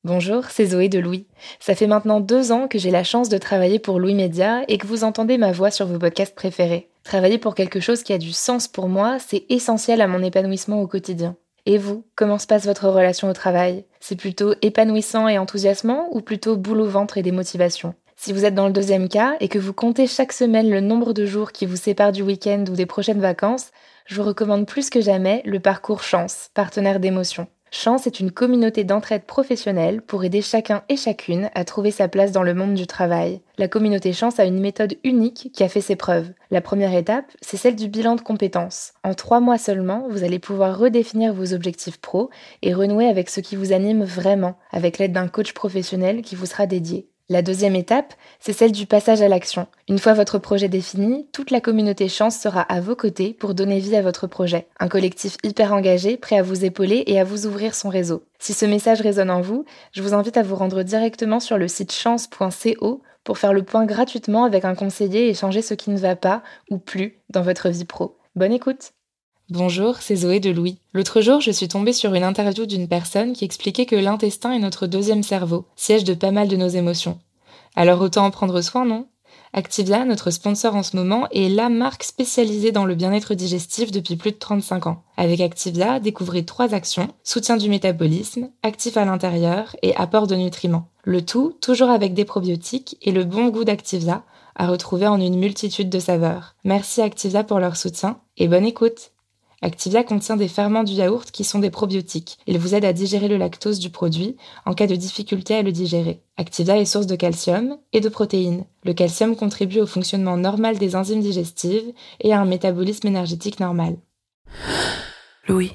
Bonjour, c'est Zoé de Louis. Ça fait maintenant 2 ans que j'ai la chance de travailler pour Louis Média et que vous entendez ma voix sur vos podcasts préférés. Travailler pour quelque chose qui a du sens pour moi, c'est essentiel à mon épanouissement au quotidien. Et vous, comment se passe votre relation au travail ? C'est plutôt épanouissant et enthousiasmant ou plutôt boule au ventre et démotivation ? Si vous êtes dans le deuxième cas et que vous comptez chaque semaine le nombre de jours qui vous séparent du week-end ou des prochaines vacances, je vous recommande plus que jamais le parcours Chance, partenaire d'émotion. Chance est une communauté d'entraide professionnelle pour aider chacun et chacune à trouver sa place dans le monde du travail. La communauté Chance a une méthode unique qui a fait ses preuves. La première étape, c'est celle du bilan de compétences. En 3 mois seulement, vous allez pouvoir redéfinir vos objectifs pro et renouer avec ce qui vous anime vraiment, avec l'aide d'un coach professionnel qui vous sera dédié. La deuxième étape, c'est celle du passage à l'action. Une fois votre projet défini, toute la communauté Chance sera à vos côtés pour donner vie à votre projet. Un collectif hyper engagé, prêt à vous épauler et à vous ouvrir son réseau. Si ce message résonne en vous, je vous invite à vous rendre directement sur le site chance.co pour faire le point gratuitement avec un conseiller et changer ce qui ne va pas ou plus dans votre vie pro. Bonne écoute! Bonjour, c'est Zoé de Louis. L'autre jour, je suis tombée sur une interview d'une personne qui expliquait que l'intestin est notre deuxième cerveau, siège de pas mal de nos émotions. Alors autant en prendre soin, non ? Activia, notre sponsor en ce moment, est la marque spécialisée dans le bien-être digestif depuis plus de 35 ans. Avec Activia, découvrez 3 actions, soutien du métabolisme, actif à l'intérieur et apport de nutriments. Le tout, toujours avec des probiotiques et le bon goût d'Activia, à retrouver en une multitude de saveurs. Merci Activia pour leur soutien et bonne écoute! Activia contient des ferments du yaourt qui sont des probiotiques. Ils vous aident à digérer le lactose du produit en cas de difficulté à le digérer. Activia est source de calcium et de protéines. Le calcium contribue au fonctionnement normal des enzymes digestives et à un métabolisme énergétique normal. Louis.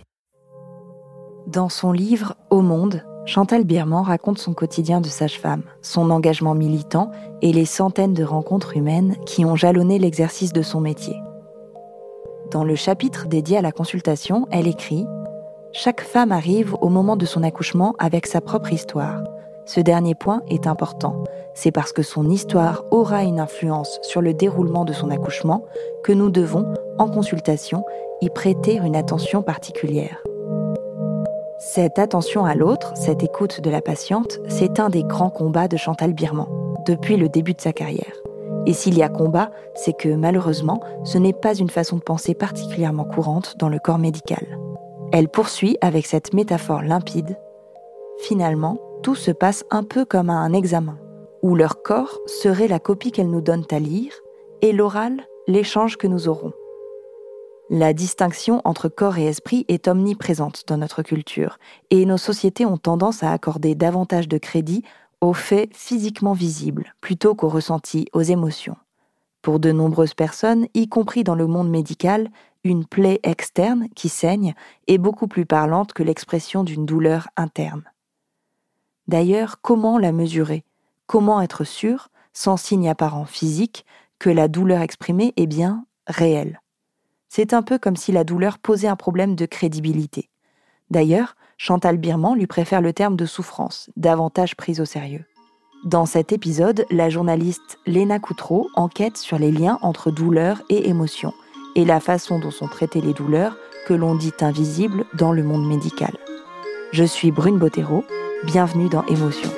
Dans son livre « Au monde », Chantal Birman raconte son quotidien de sage-femme, son engagement militant et les centaines de rencontres humaines qui ont jalonné l'exercice de son métier. Dans le chapitre dédié à la consultation, elle écrit « Chaque femme arrive au moment de son accouchement avec sa propre histoire. Ce dernier point est important. C'est parce que son histoire aura une influence sur le déroulement de son accouchement que nous devons, en consultation, y prêter une attention particulière. » Cette attention à l'autre, cette écoute de la patiente, c'est un des grands combats de Chantal Birman, depuis le début de sa carrière. Et s'il y a combat, c'est que malheureusement, ce n'est pas une façon de penser particulièrement courante dans le corps médical. Elle poursuit avec cette métaphore limpide. Finalement, tout se passe un peu comme à un examen, où leur corps serait la copie qu'elles nous donnent à lire, et l'oral, l'échange que nous aurons. La distinction entre corps et esprit est omniprésente dans notre culture, et nos sociétés ont tendance à accorder davantage de crédit aux faits physiquement visibles, plutôt qu'aux ressentis, aux émotions. Pour de nombreuses personnes, y compris dans le monde médical, une plaie externe qui saigne est beaucoup plus parlante que l'expression d'une douleur interne. D'ailleurs, comment la mesurer ? Comment être sûr, sans signe apparent physique, que la douleur exprimée est bien réelle ? C'est un peu comme si la douleur posait un problème de crédibilité. D'ailleurs, Chantal Birman lui préfère le terme de souffrance, davantage prise au sérieux. Dans cet épisode, la journaliste Léna Coutreau enquête sur les liens entre douleur et émotion, et la façon dont sont traitées les douleurs que l'on dit invisibles dans le monde médical. Je suis Brune Bottero, bienvenue dans Émotion.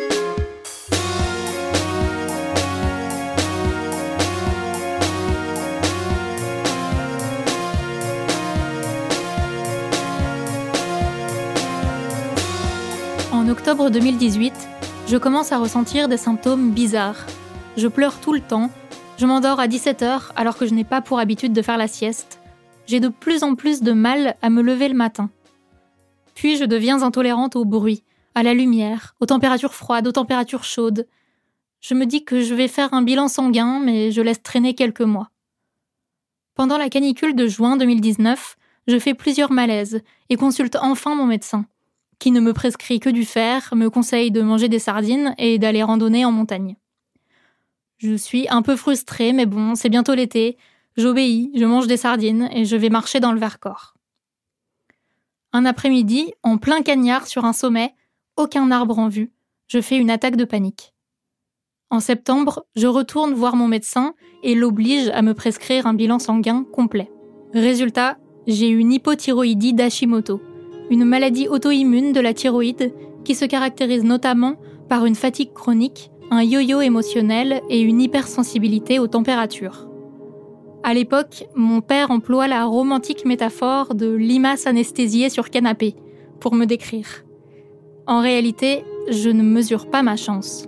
En octobre 2018, je commence à ressentir des symptômes bizarres. Je pleure tout le temps, je m'endors à 17h alors que je n'ai pas pour habitude de faire la sieste. J'ai de plus en plus de mal à me lever le matin. Puis je deviens intolérante au bruit, à la lumière, aux températures froides, aux températures chaudes. Je me dis que je vais faire un bilan sanguin, mais je laisse traîner quelques mois. Pendant la canicule de juin 2019, je fais plusieurs malaises et consulte enfin mon médecin, qui ne me prescrit que du fer, me conseille de manger des sardines et d'aller randonner en montagne. Je suis un peu frustrée, mais bon, c'est bientôt l'été. J'obéis, je mange des sardines et je vais marcher dans le Vercors. Un après-midi, en plein cagnard sur un sommet, aucun arbre en vue, je fais une attaque de panique. En septembre, je retourne voir mon médecin et l'oblige à me prescrire un bilan sanguin complet. Résultat, j'ai une hypothyroïdie d'Hashimoto, une maladie auto-immune de la thyroïde qui se caractérise notamment par une fatigue chronique, un yo-yo émotionnel et une hypersensibilité aux températures. À l'époque, mon père emploie la romantique métaphore de limace anesthésiée sur canapé pour me décrire. En réalité, je ne mesure pas ma chance.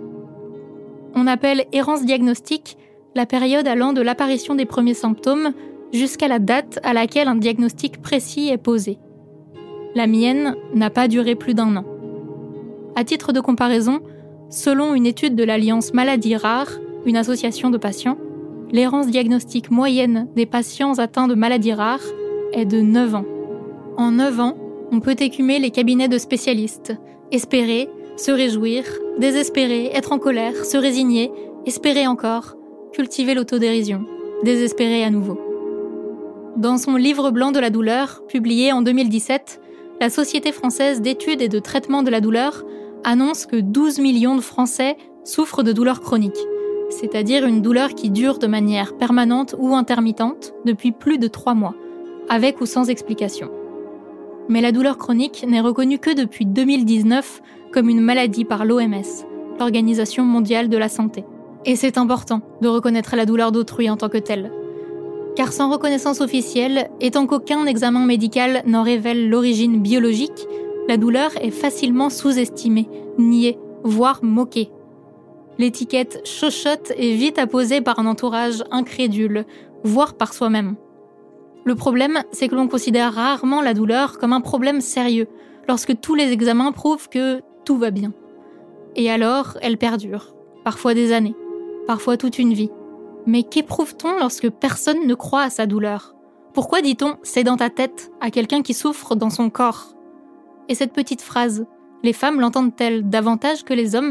On appelle errance diagnostique la période allant de l'apparition des premiers symptômes jusqu'à la date à laquelle un diagnostic précis est posé. La mienne n'a pas duré plus d'1 an. À titre de comparaison, selon une étude de l'Alliance Maladies Rares, une association de patients, l'errance diagnostique moyenne des patients atteints de maladies rares est de 9 ans. En 9 ans, on peut écumer les cabinets de spécialistes, espérer, se réjouir, désespérer, être en colère, se résigner, espérer encore, cultiver l'autodérision, désespérer à nouveau. Dans son livre blanc de la douleur, publié en 2017, la Société française d'études et de traitement de la douleur annonce que 12 millions de Français souffrent de douleurs chroniques, c'est-à-dire une douleur qui dure de manière permanente ou intermittente depuis plus de 3 mois, avec ou sans explication. Mais la douleur chronique n'est reconnue que depuis 2019 comme une maladie par l'OMS, l'Organisation mondiale de la santé. Et c'est important de reconnaître la douleur d'autrui en tant que telle. Car sans reconnaissance officielle, et tant qu'aucun examen médical n'en révèle l'origine biologique, la douleur est facilement sous-estimée, niée, voire moquée. L'étiquette chochotte est vite apposée par un entourage incrédule, voire par soi-même. Le problème, c'est que l'on considère rarement la douleur comme un problème sérieux, lorsque tous les examens prouvent que tout va bien. Et alors, elle perdure, parfois des années, parfois toute une vie. Mais qu'éprouve-t-on lorsque personne ne croit à sa douleur ? Pourquoi dit-on « c'est dans ta tête » à quelqu'un qui souffre dans son corps ? Et cette petite phrase, les femmes l'entendent-elles davantage que les hommes ?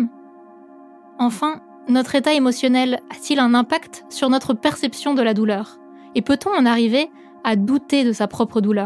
Enfin, notre état émotionnel a-t-il un impact sur notre perception de la douleur ? Et peut-on en arriver à douter de sa propre douleur ?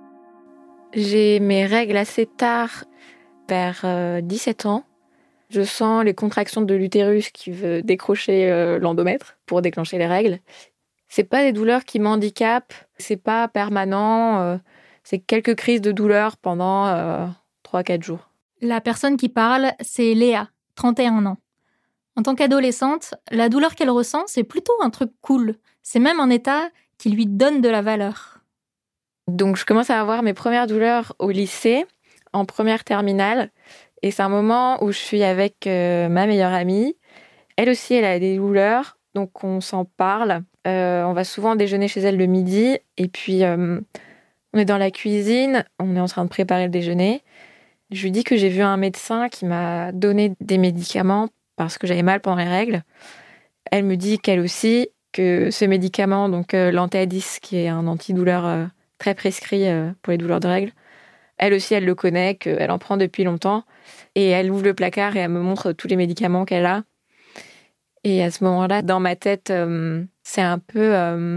J'ai mes règles assez tard, vers 17 ans. Je sens les contractions de l'utérus qui veut décrocher l'endomètre pour déclencher les règles. C'est pas des douleurs qui m'handicapent, c'est pas permanent, c'est quelques crises de douleur pendant 3-4 jours. La personne qui parle, c'est Léa, 31 ans. En tant qu'adolescente, la douleur qu'elle ressent, c'est plutôt un truc cool. C'est même un état qui lui donne de la valeur. Donc je commence à avoir mes premières douleurs au lycée, en première terminale. Et c'est un moment où je suis avec ma meilleure amie. Elle aussi, elle a des douleurs, donc on s'en parle. On va souvent déjeuner chez elle le midi. Et puis, on est dans la cuisine, on est en train de préparer le déjeuner. Je lui dis que j'ai vu un médecin qui m'a donné des médicaments parce que j'avais mal pendant les règles. Elle me dit qu'elle aussi, que ce médicament, donc l'Antaïdis, qui est un antidouleur très prescrit pour les douleurs de règles, elle aussi, elle le connaît, qu'elle en prend depuis longtemps. Et elle ouvre le placard et elle me montre tous les médicaments qu'elle a. Et à ce moment-là, dans ma tête, c'est un peu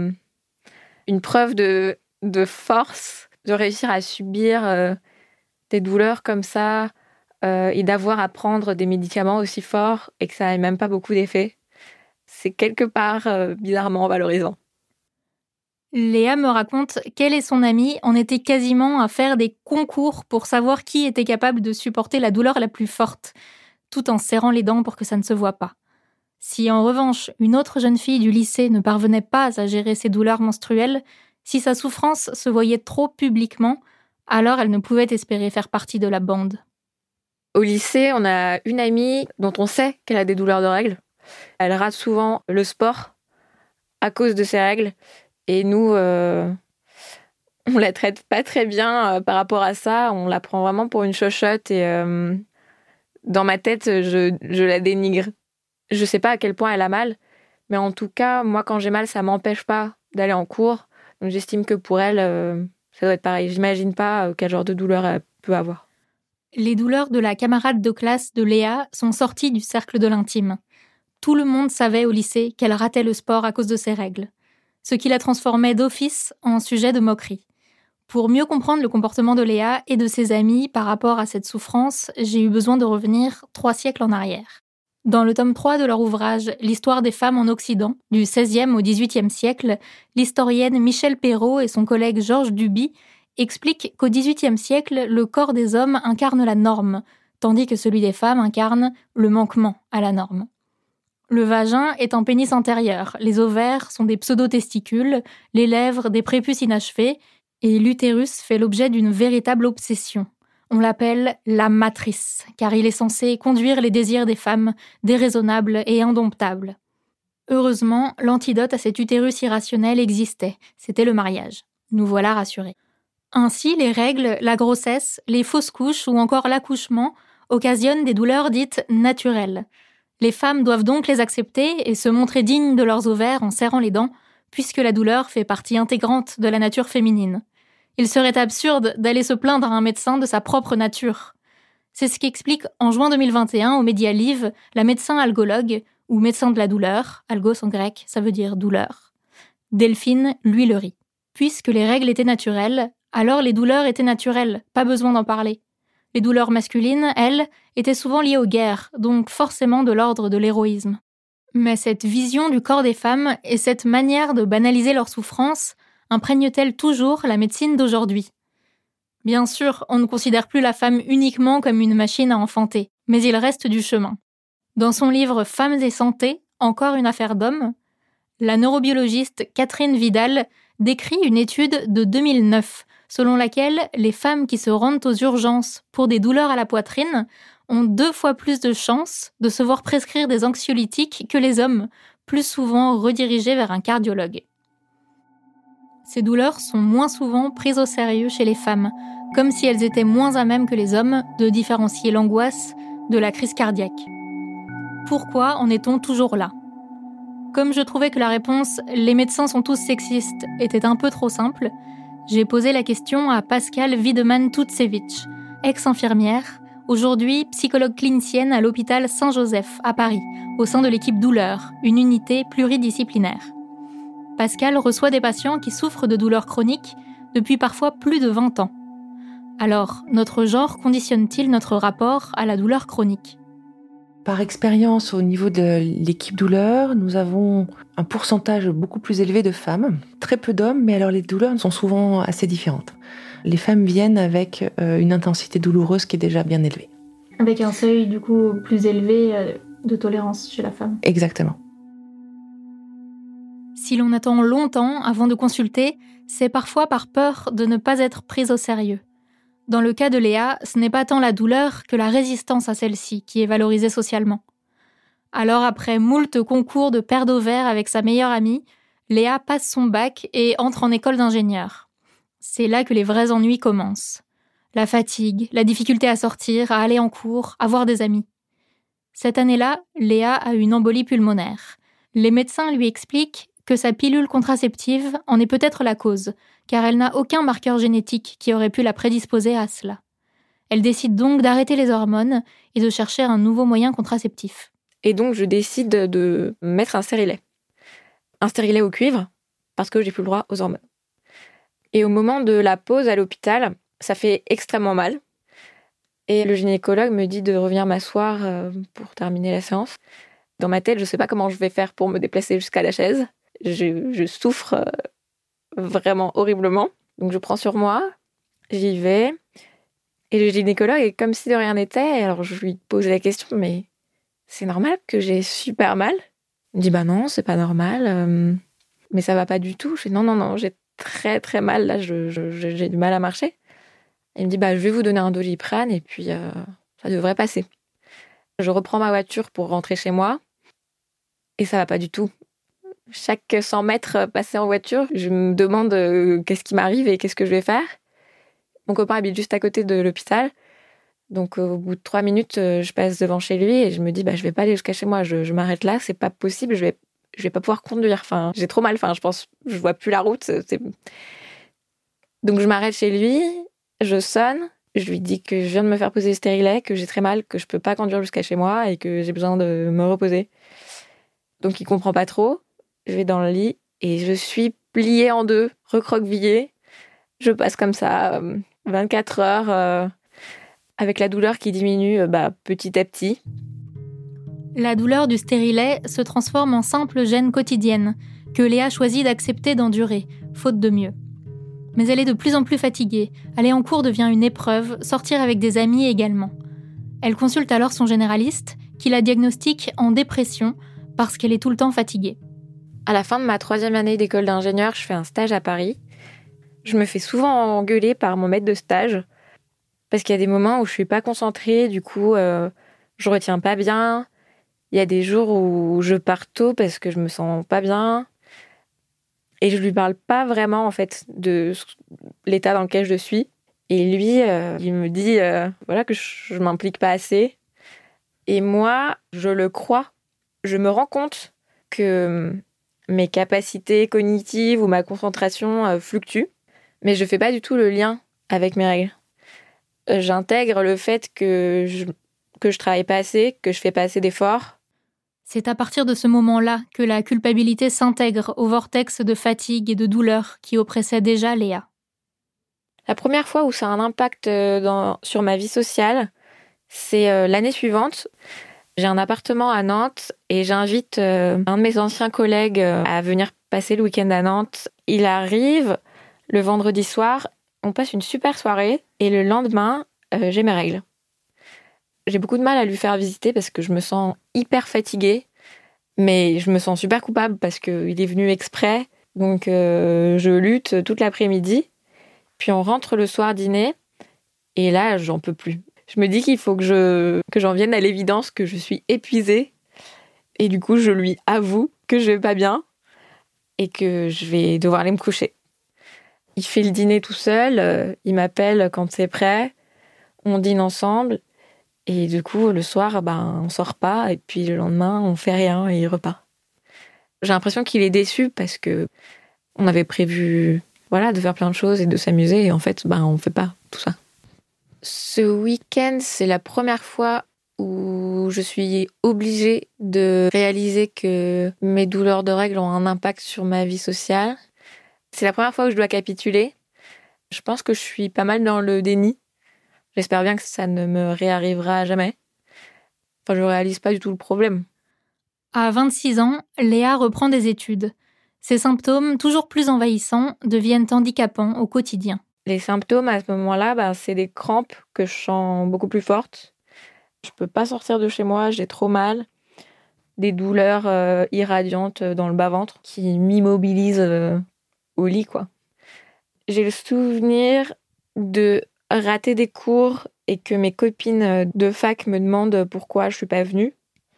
une preuve de force, de réussir à subir des douleurs comme ça et d'avoir à prendre des médicaments aussi forts et que ça n'ait même pas beaucoup d'effet. C'est quelque part bizarrement valorisant. Léa me raconte qu'elle et son amie en étaient quasiment à faire des concours pour savoir qui était capable de supporter la douleur la plus forte, tout en serrant les dents pour que ça ne se voit pas. Si en revanche, une autre jeune fille du lycée ne parvenait pas à gérer ses douleurs menstruelles, si sa souffrance se voyait trop publiquement, alors elle ne pouvait espérer faire partie de la bande. Au lycée, on a une amie dont on sait qu'elle a des douleurs de règles. Elle rate souvent le sport à cause de ses règles. Et nous, on la traite pas très bien par rapport à ça. On la prend vraiment pour une chochotte et dans ma tête, je la dénigre. Je sais pas à quel point elle a mal, mais en tout cas, moi, quand j'ai mal, ça m'empêche pas d'aller en cours. Donc j'estime que pour elle, ça doit être pareil. J'imagine pas quel genre de douleur elle peut avoir. Les douleurs de la camarade de classe de Léa sont sorties du cercle de l'intime. Tout le monde savait au lycée qu'elle ratait le sport à cause de ses règles, ce qui la transformait d'office en sujet de moquerie. Pour mieux comprendre le comportement de Léa et de ses amis par rapport à cette souffrance, j'ai eu besoin de revenir 3 siècles en arrière. Dans le tome 3 de leur ouvrage « L'histoire des femmes en Occident » du XVIe au XVIIIe siècle, l'historienne Michèle Perrault et son collègue Georges Duby expliquent qu'au XVIIIe siècle, le corps des hommes incarne la norme, tandis que celui des femmes incarne le manquement à la norme. Le vagin est un pénis antérieur, les ovaires sont des pseudo-testicules, les lèvres des prépuces inachevées, et l'utérus fait l'objet d'une véritable obsession. On l'appelle la matrice, car il est censé conduire les désirs des femmes, déraisonnables et indomptables. Heureusement, l'antidote à cet utérus irrationnel existait, c'était le mariage. Nous voilà rassurés. Ainsi, les règles, la grossesse, les fausses couches ou encore l'accouchement occasionnent des douleurs dites naturelles. Les femmes doivent donc les accepter et se montrer dignes de leurs ovaires en serrant les dents, puisque la douleur fait partie intégrante de la nature féminine. Il serait absurde d'aller se plaindre à un médecin de sa propre nature. C'est ce qu'explique en juin 2021 au Média Live la médecin algologue, ou médecin de la douleur, algos en grec, ça veut dire douleur, Delphine L'Huillerie. Puisque les règles étaient naturelles, alors les douleurs étaient naturelles, pas besoin d'en parler. Les douleurs masculines, elles, étaient souvent liées aux guerres, donc forcément de l'ordre de l'héroïsme. Mais cette vision du corps des femmes et cette manière de banaliser leur souffrance imprègnent-elles toujours la médecine d'aujourd'hui ? Bien sûr, on ne considère plus la femme uniquement comme une machine à enfanter, mais il reste du chemin. Dans son livre « Femmes et santé, encore une affaire d'homme », la neurobiologiste Catherine Vidal décrit une étude de 2009 selon laquelle les femmes qui se rendent aux urgences pour des douleurs à la poitrine ont 2 fois plus de chances de se voir prescrire des anxiolytiques que les hommes, plus souvent redirigés vers un cardiologue. Ces douleurs sont moins souvent prises au sérieux chez les femmes, comme si elles étaient moins à même que les hommes de différencier l'angoisse de la crise cardiaque. Pourquoi en est-on toujours là ? Comme je trouvais que la réponse « les médecins sont tous sexistes » était un peu trop simple, j'ai posé la question à Pascale Wiedemann-Tutsevich, ex-infirmière, aujourd'hui psychologue clinicienne à l'hôpital Saint-Joseph à Paris, au sein de l'équipe douleur, une unité pluridisciplinaire. Pascale reçoit des patients qui souffrent de douleurs chroniques depuis parfois plus de 20 ans. Alors, notre genre conditionne-t-il notre rapport à la douleur chronique ? Par expérience, au niveau de l'équipe douleur, nous avons un pourcentage beaucoup plus élevé de femmes, très peu d'hommes, mais alors les douleurs sont souvent assez différentes. Les femmes viennent avec une intensité douloureuse qui est déjà bien élevée. Avec un seuil du coup plus élevé de tolérance chez la femme. Exactement. Si l'on attend longtemps avant de consulter, c'est parfois par peur de ne pas être prise au sérieux. Dans le cas de Léa, ce n'est pas tant la douleur que la résistance à celle-ci qui est valorisée socialement. Alors après moult concours de paire d'ovaires avec sa meilleure amie, Léa passe son bac et entre en école d'ingénieur. C'est là que les vrais ennuis commencent. La fatigue, la difficulté à sortir, à aller en cours, à voir des amis. Cette année-là, Léa a une embolie pulmonaire. Les médecins lui expliquent que sa pilule contraceptive en est peut-être la cause, car elle n'a aucun marqueur génétique qui aurait pu la prédisposer à cela. Elle décide donc d'arrêter les hormones et de chercher un nouveau moyen contraceptif. Et donc, je décide de mettre un stérilet. Un stérilet au cuivre, parce que j'ai plus le droit aux hormones. Et au moment de la pause à l'hôpital, ça fait extrêmement mal. Et le gynécologue me dit de revenir m'asseoir pour terminer la séance. Dans ma tête, je ne sais pas comment je vais faire pour me déplacer jusqu'à la chaise. Je souffre vraiment horriblement. Donc je prends sur moi, j'y vais. Et le gynécologue est comme si de rien n'était. Alors je lui pose la question, mais c'est normal que j'ai super mal ? Il me dit, bah non, c'est pas normal. Mais ça va pas du tout. Je dis, non, j'ai très très mal. Là, j'ai du mal à marcher. Il me dit, bah je vais vous donner un Doliprane et puis ça devrait passer. Je reprends ma voiture pour rentrer chez moi. Et ça va pas du tout. Chaque 100 mètres passés en voiture, je me demande qu'est-ce qui m'arrive et qu'est-ce que je vais faire. Mon copain habite juste à côté de l'hôpital. Donc, au bout de 3 minutes, je passe devant chez lui et je me dis, je vais pas aller jusqu'à chez moi. Je m'arrête là, c'est pas possible. Je vais pas pouvoir conduire. Enfin, j'ai trop mal. Enfin, je vois plus la route. Donc, je m'arrête chez lui. Je sonne. Je lui dis que je viens de me faire poser le stérilet, que j'ai très mal, que je peux pas conduire jusqu'à chez moi et que j'ai besoin de me reposer. Donc, il comprend pas trop. Je vais dans le lit et je suis pliée en 2, recroquevillée. Je passe comme ça 24 heures avec la douleur qui diminue petit à petit. La douleur du stérilet se transforme en simple gêne quotidienne que Léa choisit d'accepter d'endurer, faute de mieux. Mais elle est de plus en plus fatiguée. Aller en cours devient une épreuve, sortir avec des amis également. Elle consulte alors son généraliste, qui la diagnostique en dépression parce qu'elle est tout le temps fatiguée. À la fin de ma 3e année d'école d'ingénieur, je fais un stage à Paris. Je me fais souvent engueuler par mon maître de stage parce qu'il y a des moments où je suis pas concentrée, du coup, je retiens pas bien. Il y a des jours où je pars tôt parce que je me sens pas bien. Et je lui parle pas vraiment, en fait, de l'état dans lequel je suis. Et lui, il me dit que je m'implique pas assez. Et moi, je le crois. Je me rends compte que mes capacités cognitives ou ma concentration fluctuent. Mais je fais pas du tout le lien avec mes règles. J'intègre le fait que je travaille pas assez, que je fais pas assez d'efforts. C'est à partir de ce moment-là que la culpabilité s'intègre au vortex de fatigue et de douleur qui oppressait déjà Léa. La première fois où ça a un impact sur ma vie sociale, c'est l'année suivante. J'ai un appartement à Nantes et j'invite un de mes anciens collègues à venir passer le week-end à Nantes. Il arrive le vendredi soir, on passe une super soirée et le lendemain, j'ai mes règles. J'ai beaucoup de mal à lui faire visiter parce que je me sens hyper fatiguée, mais je me sens super coupable parce qu'il est venu exprès, donc je lutte toute l'après-midi. Puis on rentre le soir dîner, et là, j'en peux plus. Je me dis qu'il faut que j'en vienne à l'évidence que je suis épuisée, et du coup, je lui avoue que je vais pas bien, et que je vais devoir aller me coucher. Il fait le dîner tout seul, il m'appelle quand c'est prêt, on dîne ensemble, et du coup, le soir, on sort pas, et puis le lendemain, on fait rien, et il repart. J'ai l'impression qu'il est déçu parce que on avait prévu de faire plein de choses et de s'amuser, et en fait, on fait pas tout ça. Ce week-end, c'est la première fois où je suis obligée de réaliser que mes douleurs de règles ont un impact sur ma vie sociale. C'est la première fois où je dois capituler. Je pense que je suis pas mal dans le déni. J'espère bien que ça ne me réarrivera jamais. Enfin, je réalise pas du tout le problème. À 26 ans, Léa reprend des études. Ses symptômes, toujours plus envahissants, deviennent handicapants au quotidien. Les symptômes, à ce moment-là, c'est des crampes que je sens beaucoup plus fortes. Je peux pas sortir de chez moi, j'ai trop mal. Des douleurs irradiantes dans le bas-ventre qui m'immobilisent au lit, quoi. J'ai le souvenir de rater des cours et que mes copines de fac me demandent pourquoi je suis pas venue.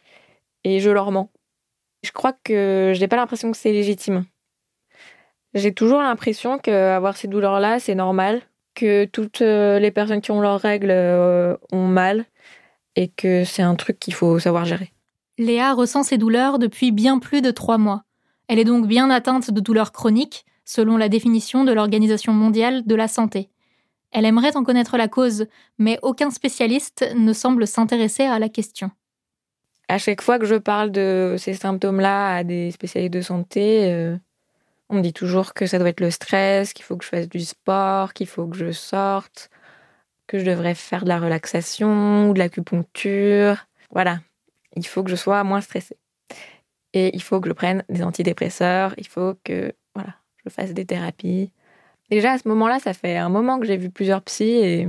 Et je leur mens. Je crois que j'ai pas l'impression que c'est légitime. J'ai toujours l'impression qu'avoir ces douleurs-là, c'est normal, que toutes les personnes qui ont leurs règles ont mal et que c'est un truc qu'il faut savoir gérer. Léa ressent ces douleurs depuis bien plus de 3 mois. Elle est donc bien atteinte de douleurs chroniques, selon la définition de l'Organisation mondiale de la santé. Elle aimerait en connaître la cause, mais aucun spécialiste ne semble s'intéresser à la question. À chaque fois que je parle de ces symptômes-là à des spécialistes de santé, on me dit toujours que ça doit être le stress, qu'il faut que je fasse du sport, qu'il faut que je sorte, que je devrais faire de la relaxation ou de l'acupuncture. Voilà, il faut que je sois moins stressée. Et il faut que je prenne des antidépresseurs, il faut que je fasse des thérapies. Déjà, à ce moment-là, ça fait un moment que j'ai vu plusieurs psys et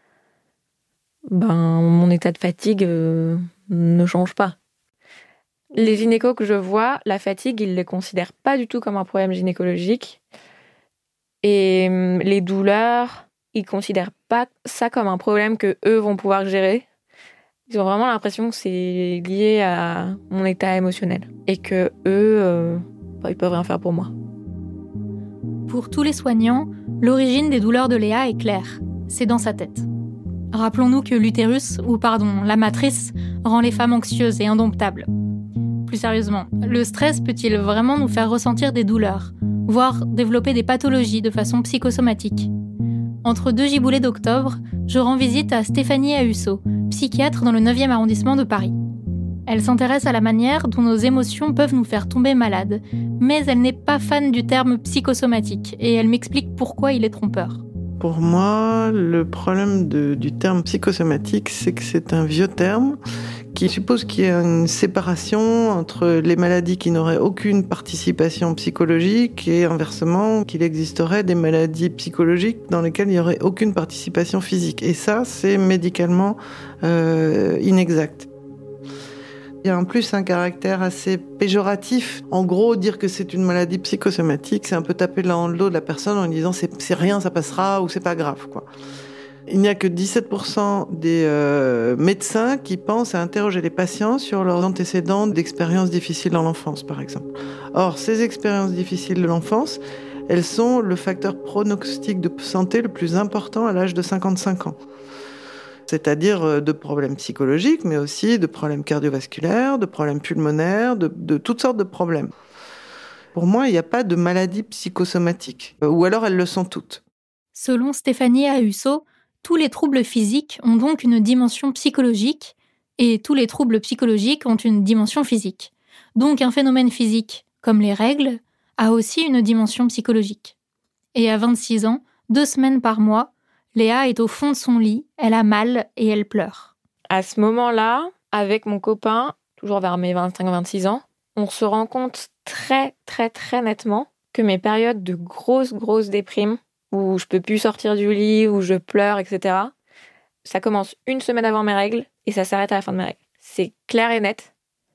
mon état de fatigue ne change pas. Les gynécos que je vois, la fatigue, ils ne les considèrent pas du tout comme un problème gynécologique. Et les douleurs, ils ne considèrent pas ça comme un problème que eux vont pouvoir gérer. Ils ont vraiment l'impression que c'est lié à mon état émotionnel. Et que eux, ils peuvent rien faire pour moi. Pour tous les soignants, l'origine des douleurs de Léa est claire. C'est dans sa tête. Rappelons-nous que la matrice, rend les femmes anxieuses et indomptables. Plus sérieusement, le stress peut-il vraiment nous faire ressentir des douleurs, voire développer des pathologies de façon psychosomatique ? Entre 2 giboulées d'octobre, je rends visite à Stéphanie Ahusso, psychiatre dans le 9e arrondissement de Paris. Elle s'intéresse à la manière dont nos émotions peuvent nous faire tomber malades, mais elle n'est pas fan du terme psychosomatique et elle m'explique pourquoi il est trompeur. Pour moi, le problème du terme psychosomatique, c'est que c'est un vieux terme qui suppose qu'il y a une séparation entre les maladies qui n'auraient aucune participation psychologique et inversement qu'il existerait des maladies psychologiques dans lesquelles il n'y aurait aucune participation physique. Et ça, c'est médicalement inexact. Il y a en plus un caractère assez péjoratif. En gros, dire que c'est une maladie psychosomatique, c'est un peu taper dans le dos de la personne en lui disant c'est rien, ça passera ou c'est pas grave, quoi. Il n'y a que 17% des médecins qui pensent à interroger les patients sur leurs antécédents d'expériences difficiles dans l'enfance, par exemple. Or, ces expériences difficiles de l'enfance, elles sont le facteur pronostic de santé le plus important à l'âge de 55 ans. C'est-à-dire de problèmes psychologiques, mais aussi de problèmes cardiovasculaires, de problèmes pulmonaires, de toutes sortes de problèmes. Pour moi, il n'y a pas de maladie psychosomatique, ou alors elles le sont toutes. Selon Stéphanie Ahusso, tous les troubles physiques ont donc une dimension psychologique, et tous les troubles psychologiques ont une dimension physique. Donc un phénomène physique, comme les règles, a aussi une dimension psychologique. Et à 26 ans, 2 semaines par mois, Léa est au fond de son lit, elle a mal et elle pleure. À ce moment-là, avec mon copain, toujours vers mes 25-26 ans, on se rend compte très, très, très nettement que mes périodes de grosse déprime, où je peux plus sortir du lit, où je pleure, etc., ça commence 1 semaine avant mes règles et ça s'arrête à la fin de mes règles. C'est clair et net.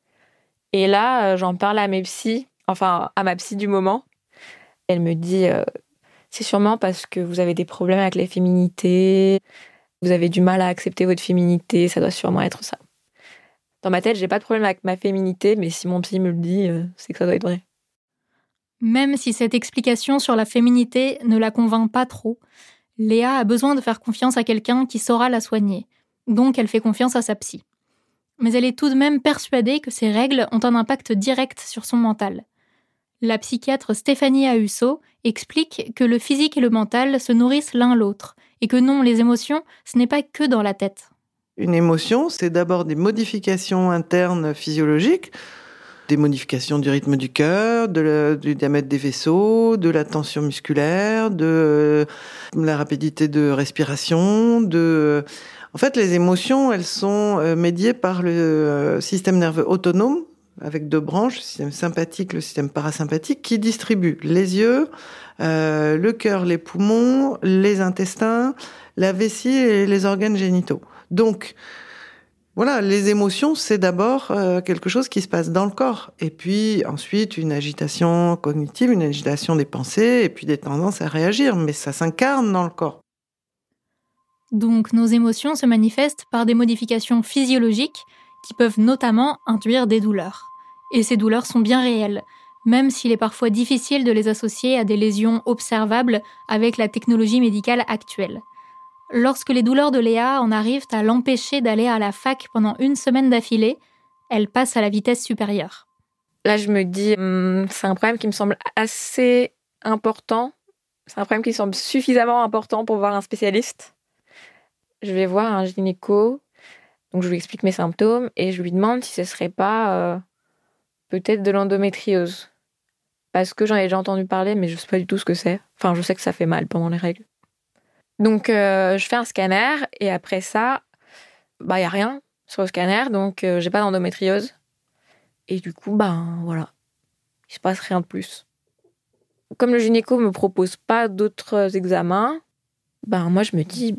Et là, j'en parle à mes psys, enfin à ma psy du moment. Elle me dit c'est sûrement parce que vous avez des problèmes avec les féminités, vous avez du mal à accepter votre féminité, ça doit sûrement être ça. Dans ma tête, j'ai pas de problème avec ma féminité, mais si mon psy me le dit, c'est que ça doit être vrai. Même si cette explication sur la féminité ne la convainc pas trop, Léa a besoin de faire confiance à quelqu'un qui saura la soigner. Donc elle fait confiance à sa psy. Mais elle est tout de même persuadée que ces règles ont un impact direct sur son mental. La psychiatre Stéphanie Ahusso explique que le physique et le mental se nourrissent l'un l'autre, et que non, les émotions, ce n'est pas que dans la tête. Une émotion, c'est d'abord des modifications internes physiologiques, des modifications du rythme du cœur, du diamètre des vaisseaux, de la tension musculaire, de la rapidité de respiration. En fait, les émotions, elles sont médiées par le système nerveux autonome, avec 2 branches, le système sympathique, le système parasympathique, qui distribuent les yeux, le cœur, les poumons, les intestins, la vessie et les organes génitaux. Donc, voilà, les émotions, c'est d'abord quelque chose qui se passe dans le corps. Et puis ensuite, une agitation cognitive, une agitation des pensées, et puis des tendances à réagir. Mais ça s'incarne dans le corps. Donc nos émotions se manifestent par des modifications physiologiques qui peuvent notamment induire des douleurs. Et ces douleurs sont bien réelles, même s'il est parfois difficile de les associer à des lésions observables avec la technologie médicale actuelle. Lorsque les douleurs de Léa en arrivent à l'empêcher d'aller à la fac pendant 1 semaine d'affilée, elle passe à la vitesse supérieure. Là, je me dis, c'est un problème qui me semble assez important. C'est un problème qui semble suffisamment important pour voir un spécialiste. Je vais voir un gynéco, donc je lui explique mes symptômes et je lui demande si ce serait pas peut-être de l'endométriose. Parce que j'en ai déjà entendu parler, mais je sais pas du tout ce que c'est. Enfin, je sais que ça fait mal pendant les règles. Donc, je fais un scanner et après ça, y a rien sur le scanner, donc j'ai pas d'endométriose. Et du coup, voilà, il se passe rien de plus. Comme le gynéco me propose pas d'autres examens, moi je me dis,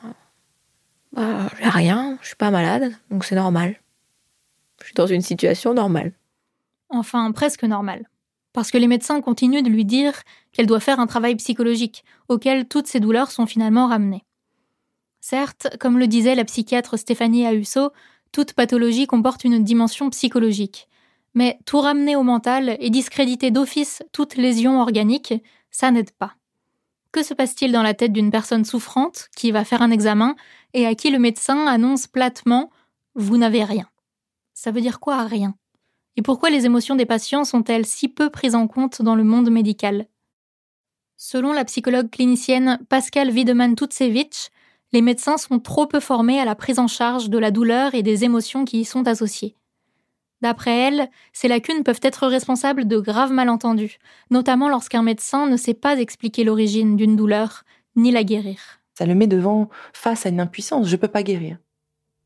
j'ai rien, je suis pas malade, donc c'est normal. Je suis dans une situation normale. Enfin, presque normale. Parce que les médecins continuent de lui dire qu'elle doit faire un travail psychologique, auquel toutes ses douleurs sont finalement ramenées. Certes, comme le disait la psychiatre Stéphanie Ahusso, toute pathologie comporte une dimension psychologique. Mais tout ramener au mental et discréditer d'office toute lésion organique, ça n'aide pas. Que se passe-t-il dans la tête d'une personne souffrante qui va faire un examen et à qui le médecin annonce platement « vous n'avez rien ». Ça veut dire quoi, rien ? Et pourquoi les émotions des patients sont-elles si peu prises en compte dans le monde médical ? Selon la psychologue clinicienne Pascale Wiedemann-Tutsevich, les médecins sont trop peu formés à la prise en charge de la douleur et des émotions qui y sont associées. D'après elle, ces lacunes peuvent être responsables de graves malentendus, notamment lorsqu'un médecin ne sait pas expliquer l'origine d'une douleur, ni la guérir. Ça le met face à une impuissance, je ne peux pas guérir.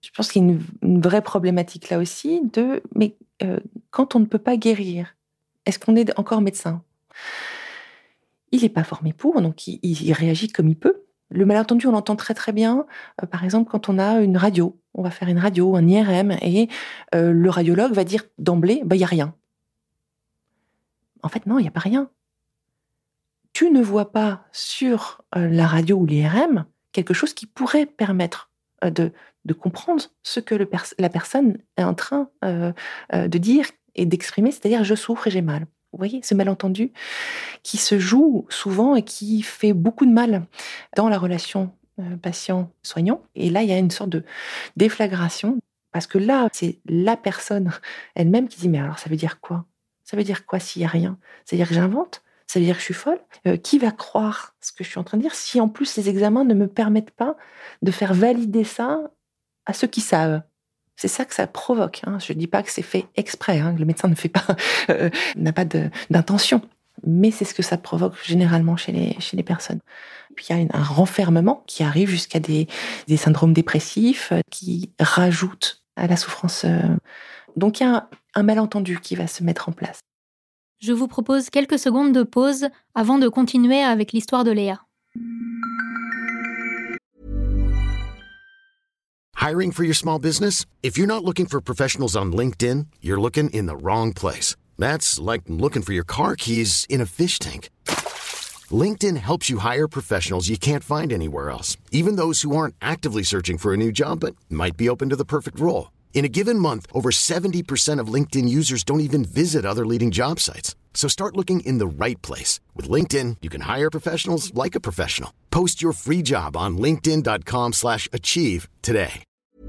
Je pense qu'il y a une vraie problématique là aussi mais quand on ne peut pas guérir, est-ce qu'on est encore médecin ? Il n'est pas formé pour, donc il réagit comme il peut. Le malentendu, on l'entend très très bien. Par exemple, quand on a une radio, on va faire une radio, un IRM, et le radiologue va dire d'emblée, il n'y a rien. En fait, non, il n'y a pas rien. Tu ne vois pas sur la radio ou l'IRM quelque chose qui pourrait permettre de comprendre ce que la personne est en train de dire et d'exprimer, c'est-à-dire je souffre et j'ai mal. Vous voyez, ce malentendu qui se joue souvent et qui fait beaucoup de mal dans la relation patient-soignant. Et là, il y a une sorte de déflagration, parce que là, c'est la personne elle-même qui dit « Mais alors, ça veut dire quoi ? Ça veut dire quoi s'il n'y a rien ? Ça veut dire que j'invente ? Ça veut dire que je suis folle ? Qui va croire ce que je suis en train de dire si en plus les examens ne me permettent pas de faire valider ça à ceux qui savent ?» C'est ça que ça provoque. Je ne dis pas que c'est fait exprès. Le médecin ne fait pas, n'a pas d'intention. Mais c'est ce que ça provoque généralement chez les personnes. Puis il y a un renfermement qui arrive jusqu'à des syndromes dépressifs qui rajoutent à la souffrance. Donc il y a un malentendu qui va se mettre en place. Je vous propose quelques secondes de pause avant de continuer avec l'histoire de Léa. Hiring for your small business? If you're not looking for professionals on LinkedIn, you're looking in the wrong place. That's like looking for your car keys in a fish tank. LinkedIn helps you hire professionals you can't find anywhere else, even those who aren't actively searching for a new job but might be open to the perfect role. In a given month, over 70% of LinkedIn users don't even visit other leading job sites. So start looking in the right place. With LinkedIn, you can hire professionals like a professional. Post your free job on linkedin.com/achieve today.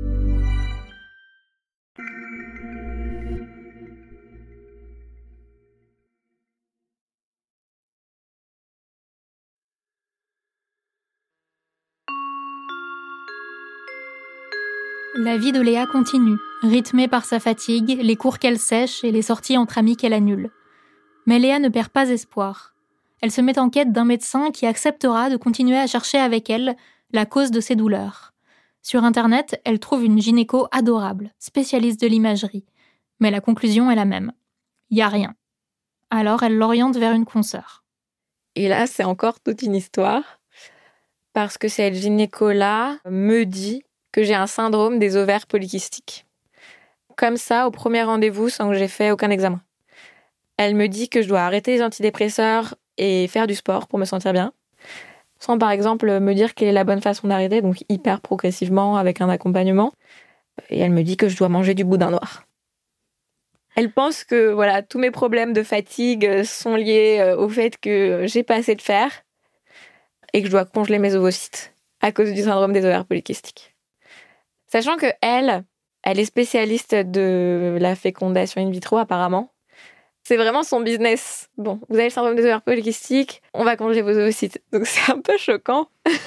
La vie de Léa continue, rythmée par sa fatigue, les cours qu'elle sèche et les sorties entre amis qu'elle annule. Mais Léa ne perd pas espoir. Elle se met en quête d'un médecin qui acceptera de continuer à chercher avec elle la cause de ses douleurs. Sur Internet, elle trouve une gynéco adorable, spécialiste de l'imagerie. Mais la conclusion est la même. Il n'y a rien. Alors elle l'oriente vers une consoeur. Et là, c'est encore toute une histoire, parce que cette gynéco-là me dit que j'ai un syndrome des ovaires polykystiques. Comme ça, au premier rendez-vous, sans que j'ai fait aucun examen. Elle me dit que je dois arrêter les antidépresseurs et faire du sport pour me sentir bien. Sans, par exemple, me dire quelle est la bonne façon d'arrêter, donc hyper progressivement, avec un accompagnement. Et elle me dit que je dois manger du boudin noir. Elle pense que voilà, tous mes problèmes de fatigue sont liés au fait que j'ai pas assez de fer et que je dois congeler mes ovocytes à cause du syndrome des ovaires polykystiques. Sachant que elle est spécialiste de la fécondation in vitro apparemment. C'est vraiment son business. Bon, vous avez le syndrome des ovaires polykystiques, on va congeler vos ovocytes. Donc c'est un peu choquant.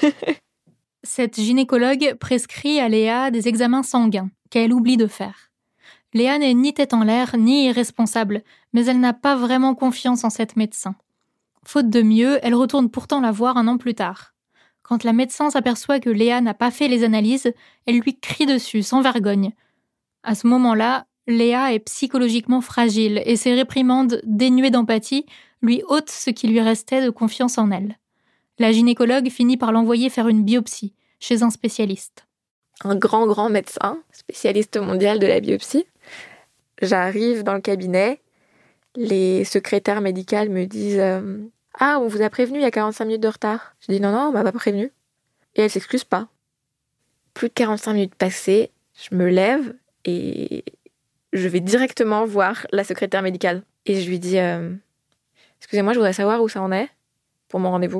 Cette gynécologue prescrit à Léa des examens sanguins qu'elle oublie de faire. Léa n'est ni tête en l'air, ni irresponsable, mais elle n'a pas vraiment confiance en cette médecin. Faute de mieux, elle retourne pourtant la voir 1 an plus tard. Quand la médecin s'aperçoit que Léa n'a pas fait les analyses, elle lui crie dessus, sans vergogne. À ce moment-là, Léa est psychologiquement fragile et ses réprimandes, dénuées d'empathie, lui ôtent ce qui lui restait de confiance en elle. La gynécologue finit par l'envoyer faire une biopsie chez un spécialiste. Un grand médecin, spécialiste mondial de la biopsie. J'arrive dans le cabinet, les secrétaires médicales me disent « Ah, on vous a prévenu, il y a 45 minutes de retard. » Je dis « Non, on m'a pas prévenu. » Et elle s'excuse pas. Plus de 45 minutes passées, je me lève et je vais directement voir la secrétaire médicale. Et je lui dis « Excusez-moi, je voudrais savoir où ça en est pour mon rendez-vous. »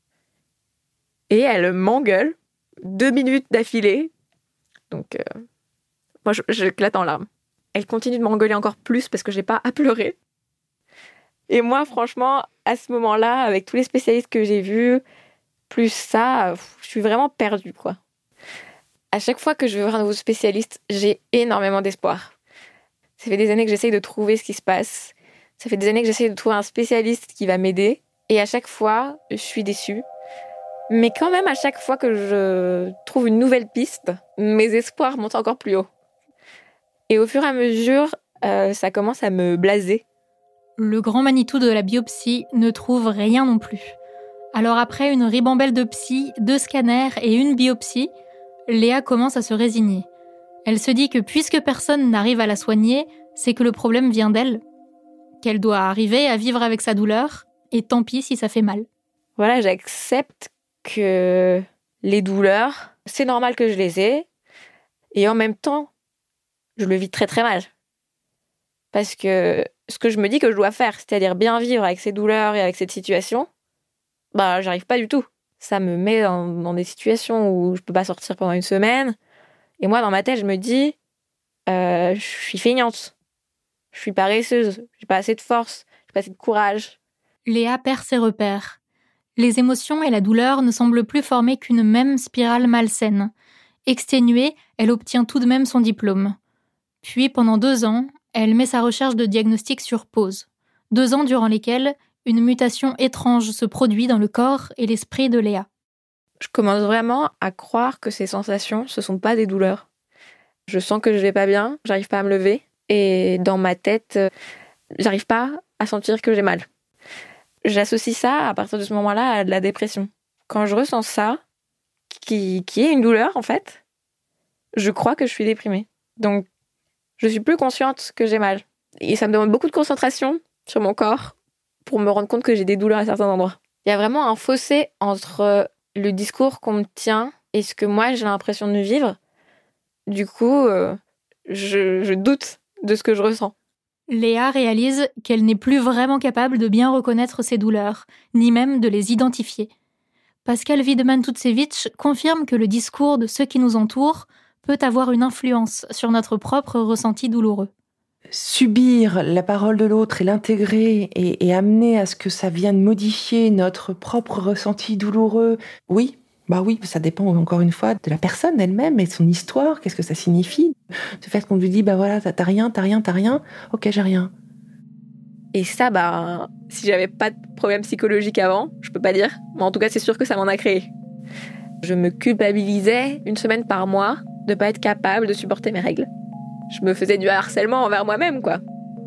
Et elle m'engueule 2 minutes d'affilée. Donc, moi, j'éclate en larmes. Elle continue de m'engueuler encore plus parce que j'ai pas à pleurer. Et moi, franchement, à ce moment-là, avec tous les spécialistes que j'ai vus, plus ça, je suis vraiment perdue, quoi. À chaque fois que je vais voir un nouveau spécialiste, j'ai énormément d'espoir. Ça fait des années que j'essaye de trouver ce qui se passe. Ça fait des années que j'essaye de trouver un spécialiste qui va m'aider. Et à chaque fois, je suis déçue. Mais quand même, à chaque fois que je trouve une nouvelle piste, mes espoirs montent encore plus haut. Et au fur et à mesure, ça commence à me blaser. Le grand Manitou de la biopsie ne trouve rien non plus. Alors après une ribambelle de psy, 2 scanners et une biopsie, Léa commence à se résigner. Elle se dit que puisque personne n'arrive à la soigner, c'est que le problème vient d'elle, qu'elle doit arriver à vivre avec sa douleur, et tant pis si ça fait mal. Voilà, j'accepte que les douleurs, c'est normal que je les ai, et en même temps, je le vis très très mal. Parce que ce que je me dis que je dois faire, c'est-à-dire bien vivre avec ces douleurs et avec cette situation, j'arrive pas du tout. Ça me met dans des situations où je peux pas sortir pendant une semaine. Et moi, dans ma tête, je me dis, je suis feignante. Je suis paresseuse. J'ai pas assez de force. J'ai pas assez de courage. Léa perd ses repères. Les émotions et la douleur ne semblent plus former qu'une même spirale malsaine. Exténuée, elle obtient tout de même son diplôme. Puis, pendant 2 ans, elle met sa recherche de diagnostic sur pause. 2 ans durant lesquels une mutation étrange se produit dans le corps et l'esprit de Léa. Je commence vraiment à croire que ces sensations, ce sont pas des douleurs. Je sens que je vais pas bien, j'arrive pas à me lever. Et dans ma tête, j'arrive pas à sentir que j'ai mal. J'associe ça, à partir de ce moment-là, à de la dépression. Quand je ressens ça, qui est une douleur, en fait, je crois que je suis déprimée. Donc, je suis plus consciente que j'ai mal. Et ça me demande beaucoup de concentration sur mon corps pour me rendre compte que j'ai des douleurs à certains endroits. Il y a vraiment un fossé entre le discours qu'on me tient et ce que moi, j'ai l'impression de vivre. Du coup, je doute de ce que je ressens. Léa réalise qu'elle n'est plus vraiment capable de bien reconnaître ses douleurs, ni même de les identifier. Pascal Wiedemann-Tutsevich confirme que le discours de ceux qui nous entourent peut avoir une influence sur notre propre ressenti douloureux. Subir la parole de l'autre et l'intégrer et amener à ce que ça vienne modifier notre propre ressenti douloureux, oui, ça dépend encore une fois de la personne elle-même et de son histoire, qu'est-ce que ça signifie. Le fait qu'on lui dit, t'as rien, ok, j'ai rien. Et ça, si j'avais pas de problème psychologique avant, je peux pas dire, mais en tout cas, c'est sûr que ça m'en a créé. Je me culpabilisais 1 semaine par mois de pas être capable de supporter mes règles. Je me faisais du harcèlement envers moi-même, quoi.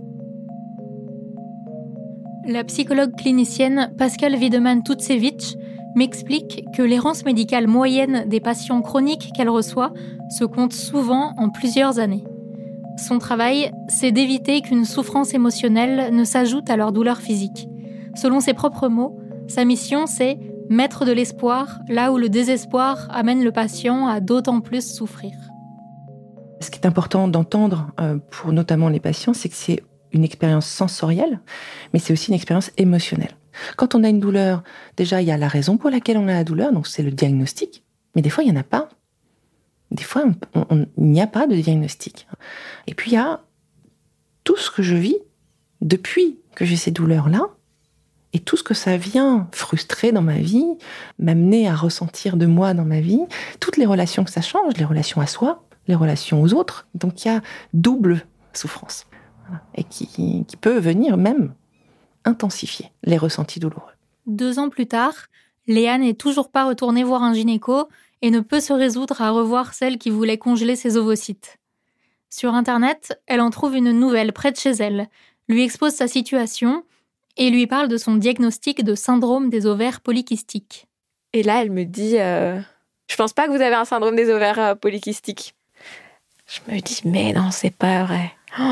La psychologue clinicienne Pascal Wiedemann-Tutsevich m'explique que l'errance médicale moyenne des patients chroniques qu'elle reçoit se compte souvent en plusieurs années. Son travail, c'est d'éviter qu'une souffrance émotionnelle ne s'ajoute à leur douleur physique. Selon ses propres mots, sa mission, c'est mettre de l'espoir là où le désespoir amène le patient à d'autant plus souffrir. Ce qui est important d'entendre pour notamment les patients, c'est que c'est une expérience sensorielle, mais c'est aussi une expérience émotionnelle. Quand on a une douleur, déjà, il y a la raison pour laquelle on a la douleur, donc c'est le diagnostic, mais des fois, il n'y en a pas. Des fois, il n'y a pas de diagnostic. Et puis, il y a tout ce que je vis depuis que j'ai ces douleurs-là, et tout ce que ça vient frustrer dans ma vie, m'amener à ressentir de moi dans ma vie, toutes les relations que ça change, les relations à soi, les relations aux autres. Donc, il y a double souffrance. Voilà. Et qui peut venir même intensifier les ressentis douloureux. 2 ans plus tard, Léa n'est toujours pas retournée voir un gynéco et ne peut se résoudre à revoir celle qui voulait congeler ses ovocytes. Sur Internet, elle en trouve une nouvelle près de chez elle, lui expose sa situation et lui parle de son diagnostic de syndrome des ovaires polykystiques. Et là, elle me dit « Je pense pas que vous avez un syndrome des ovaires polykystiques. » Je me dis « Mais non, c'est pas vrai. »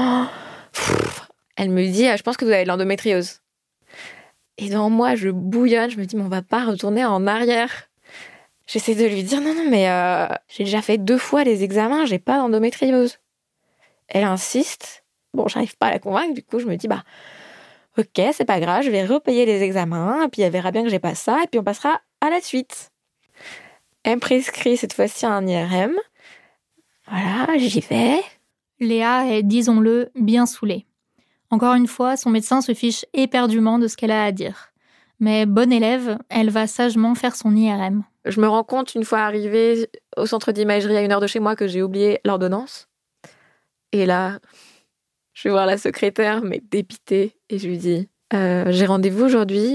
Elle me dit « Je pense que vous avez de l'endométriose. » Et dans moi, je bouillonne, je me dis « Mais on va pas retourner en arrière. » J'essaie de lui dire « Non, mais j'ai déjà fait 2 fois les examens, j'ai pas d'endométriose. » Elle insiste. Bon, j'arrive pas à la convaincre, du coup, je me dis « Ok, c'est pas grave, je vais repayer les examens, et puis elle verra bien que j'ai pas ça, et puis on passera à la suite. » Elle me prescrit cette fois-ci un IRM. Voilà, j'y vais. Léa est, disons-le, bien saoulée. Encore une fois, son médecin se fiche éperdument de ce qu'elle a à dire. Mais bonne élève, elle va sagement faire son IRM. Je me rends compte, une fois arrivée au centre d'imagerie à 1 heure de chez moi, que j'ai oublié l'ordonnance. Et là, je vais voir la secrétaire, mais dépitée, et je lui dis « J'ai rendez-vous aujourd'hui,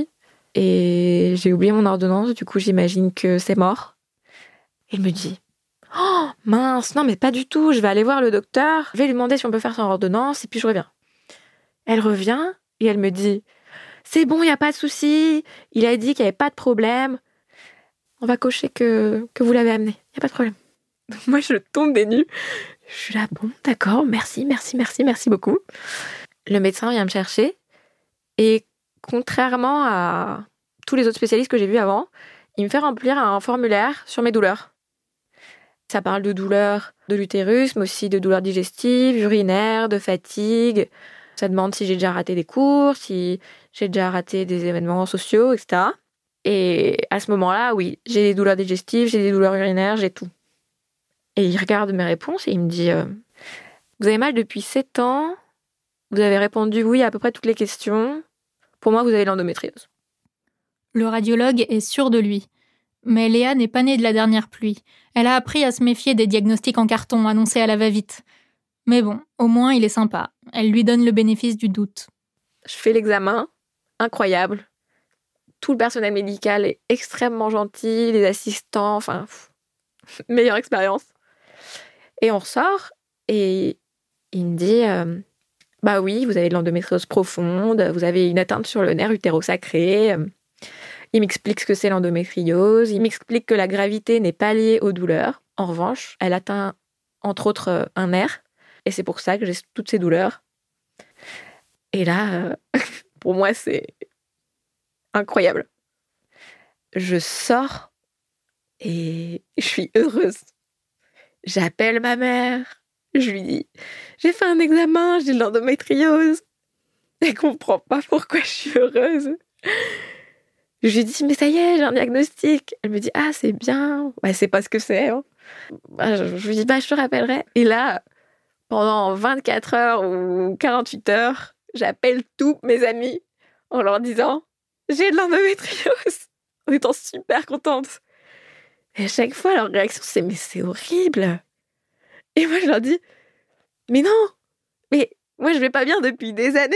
Et j'ai oublié mon ordonnance, du coup j'imagine que c'est mort. Elle me dit « Oh mince, non mais pas du tout, je vais aller voir le docteur, je vais lui demander si on peut faire son ordonnance et puis je reviens. » Elle revient et elle me dit « C'est bon, il n'y a pas de souci, il a dit qu'il n'y avait pas de problème. On va cocher que vous l'avez amené, il n'y a pas de problème. » Donc moi je tombe des nues. Je suis là, bon d'accord, merci beaucoup. Le médecin vient me chercher et contrairement à tous les autres spécialistes que j'ai vus avant, il me fait remplir un formulaire sur mes douleurs. Ça parle de douleurs de l'utérus, mais aussi de douleurs digestives, urinaires, de fatigue. Ça demande si j'ai déjà raté des cours, si j'ai déjà raté des événements sociaux, etc. Et à ce moment-là, oui, j'ai des douleurs digestives, j'ai des douleurs urinaires, j'ai tout. Et il regarde mes réponses et il me dit « Vous avez mal depuis 7 ans, vous avez répondu oui à peu près toutes les questions. Pour moi, vous avez l'endométriose. » Le radiologue est sûr de lui. Mais Léa n'est pas née de la dernière pluie. Elle a appris à se méfier des diagnostics en carton annoncés à la va-vite. Mais bon, au moins il est sympa. Elle lui donne le bénéfice du doute. Je fais l'examen, incroyable. Tout le personnel médical est extrêmement gentil, les assistants, meilleure expérience. Et on ressort, et il me dit bah oui, vous avez de l'endométriose profonde, vous avez une atteinte sur le nerf utérosacré. Il m'explique ce que c'est l'endométriose, il m'explique que la gravité n'est pas liée aux douleurs. En revanche, elle atteint entre autres un nerf, et c'est pour ça que j'ai toutes ces douleurs. Et là, pour moi, c'est incroyable. Je sors et je suis heureuse. J'appelle ma mère, je lui dis « J'ai fait un examen, j'ai de l'endométriose. » Elle comprend pas pourquoi je suis heureuse. Je lui dis « Mais ça y est, j'ai un diagnostic. » Elle me dit « Ah, c'est bien. » Bah, c'est pas ce que c'est. Hein. Je lui dis « Bah, je te rappellerai. » Et là, pendant 24 heures ou 48 heures, j'appelle tous mes amis en leur disant « J'ai de l'endométriose. » En étant super contente. Et à chaque fois, leur réaction, c'est « Mais c'est horrible !» Et moi, je leur dis « Mais non, mais moi, je vais pas bien depuis des années.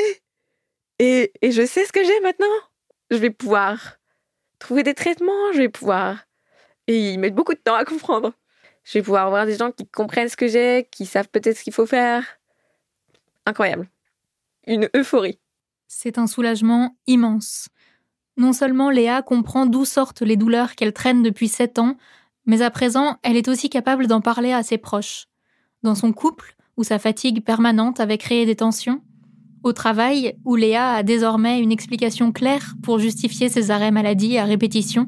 Et je sais ce que j'ai maintenant. Je vais pouvoir trouver des traitements, je vais pouvoir... » Et ils mettent beaucoup de temps à comprendre. Je vais pouvoir voir des gens qui comprennent ce que j'ai, qui savent peut-être ce qu'il faut faire. Incroyable. Une euphorie. C'est un soulagement immense. Non seulement Léa comprend d'où sortent les douleurs qu'elle traîne depuis 7 ans, mais à présent, elle est aussi capable d'en parler à ses proches. Dans son couple, où sa fatigue permanente avait créé des tensions. Au travail, où Léa a désormais une explication claire pour justifier ses arrêts maladie à répétition.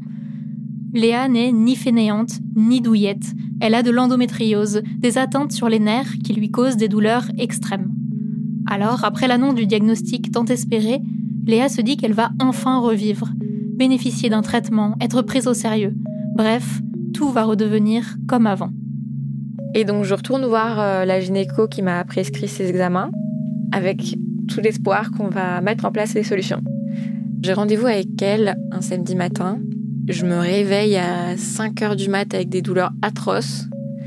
Léa n'est ni fainéante, ni douillette. Elle a de l'endométriose, des atteintes sur les nerfs qui lui causent des douleurs extrêmes. Alors, après l'annonce du diagnostic tant espéré, Léa se dit qu'elle va enfin revivre, bénéficier d'un traitement, être prise au sérieux. Bref, tout va redevenir comme avant. Et donc, je retourne voir la gynéco qui m'a prescrit ces examens, avec tout l'espoir qu'on va mettre en place les solutions. J'ai rendez-vous avec elle un samedi matin. Je me réveille à 5h du mat' avec des douleurs atroces.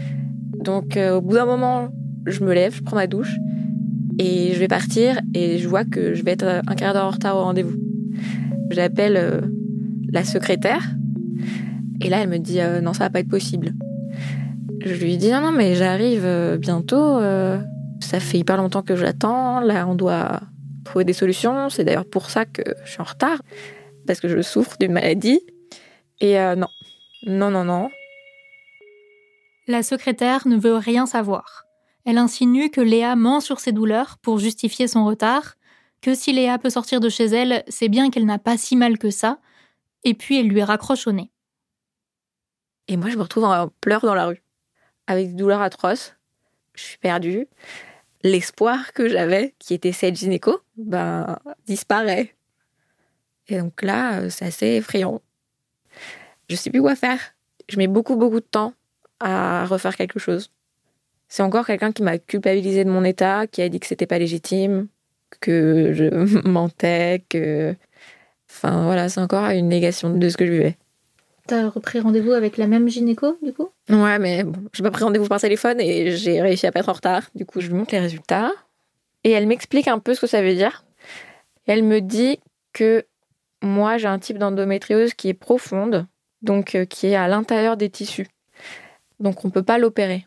Donc, au bout d'un moment, je me lève, je prends ma douche, et je vais partir, et je vois que je vais être un quart d'heure en retard au rendez-vous. J'appelle la secrétaire, et là, elle me dit « Non, ça va pas être possible. » Je lui dis « Non, mais j'arrive bientôt. Ça fait hyper longtemps que j'attends. Là, on doit trouver des solutions. C'est d'ailleurs pour ça que je suis en retard, parce que je souffre d'une maladie. » Et non. La secrétaire ne veut rien savoir. Elle insinue que Léa ment sur ses douleurs pour justifier son retard, que si Léa peut sortir de chez elle, c'est bien qu'elle n'a pas si mal que ça, et puis elle lui raccroche au nez. Et moi, je me retrouve en pleurs dans la rue, avec des douleurs atroces. Je suis perdue. L'espoir que j'avais, qui était cette gynéco, disparaît. Et donc là, c'est assez effrayant. Je sais plus quoi faire. Je mets beaucoup de temps à refaire quelque chose. C'est encore quelqu'un qui m'a culpabilisée de mon état, qui a dit que c'était pas légitime, que je mentais, que... Enfin voilà, c'est encore une négation de ce que je vivais. T'as repris rendez-vous avec la même gynéco, du coup ? Ouais, mais bon, j'ai pas pris rendez-vous par téléphone et j'ai réussi à pas être en retard. Du coup, je lui montre les résultats et elle m'explique un peu ce que ça veut dire. Elle me dit que Moi, j'ai un type d'endométriose qui est profonde, donc qui est à l'intérieur des tissus. Donc, on ne peut pas l'opérer.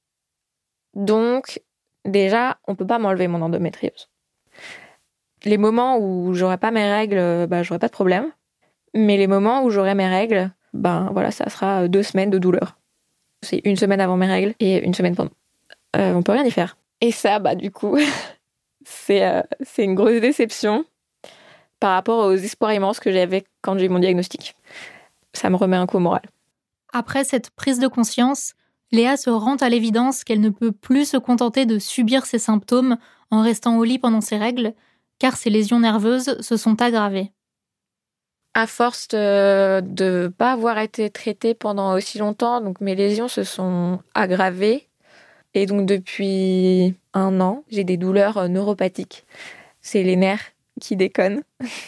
Donc, déjà, on ne peut pas m'enlever mon endométriose. Les moments où j'aurai pas mes règles, j'aurai pas de problème. Mais les moments où j'aurai mes règles, ça sera 2 semaines de douleur. C'est 1 semaine avant mes règles et 1 semaine pendant. On peut rien y faire. Et ça, du coup, c'est une grosse déception par rapport aux espoirs immenses que j'avais quand j'ai eu mon diagnostic. Ça me remet un coup au moral. Après cette prise de conscience, Léa se rend à l'évidence qu'elle ne peut plus se contenter de subir ses symptômes en restant au lit pendant ses règles, car ses lésions nerveuses se sont aggravées. À force de ne pas avoir été traitée pendant aussi longtemps, donc mes lésions se sont aggravées. Et donc depuis 1 an, j'ai des douleurs neuropathiques. C'est les nerfs qui déconnent.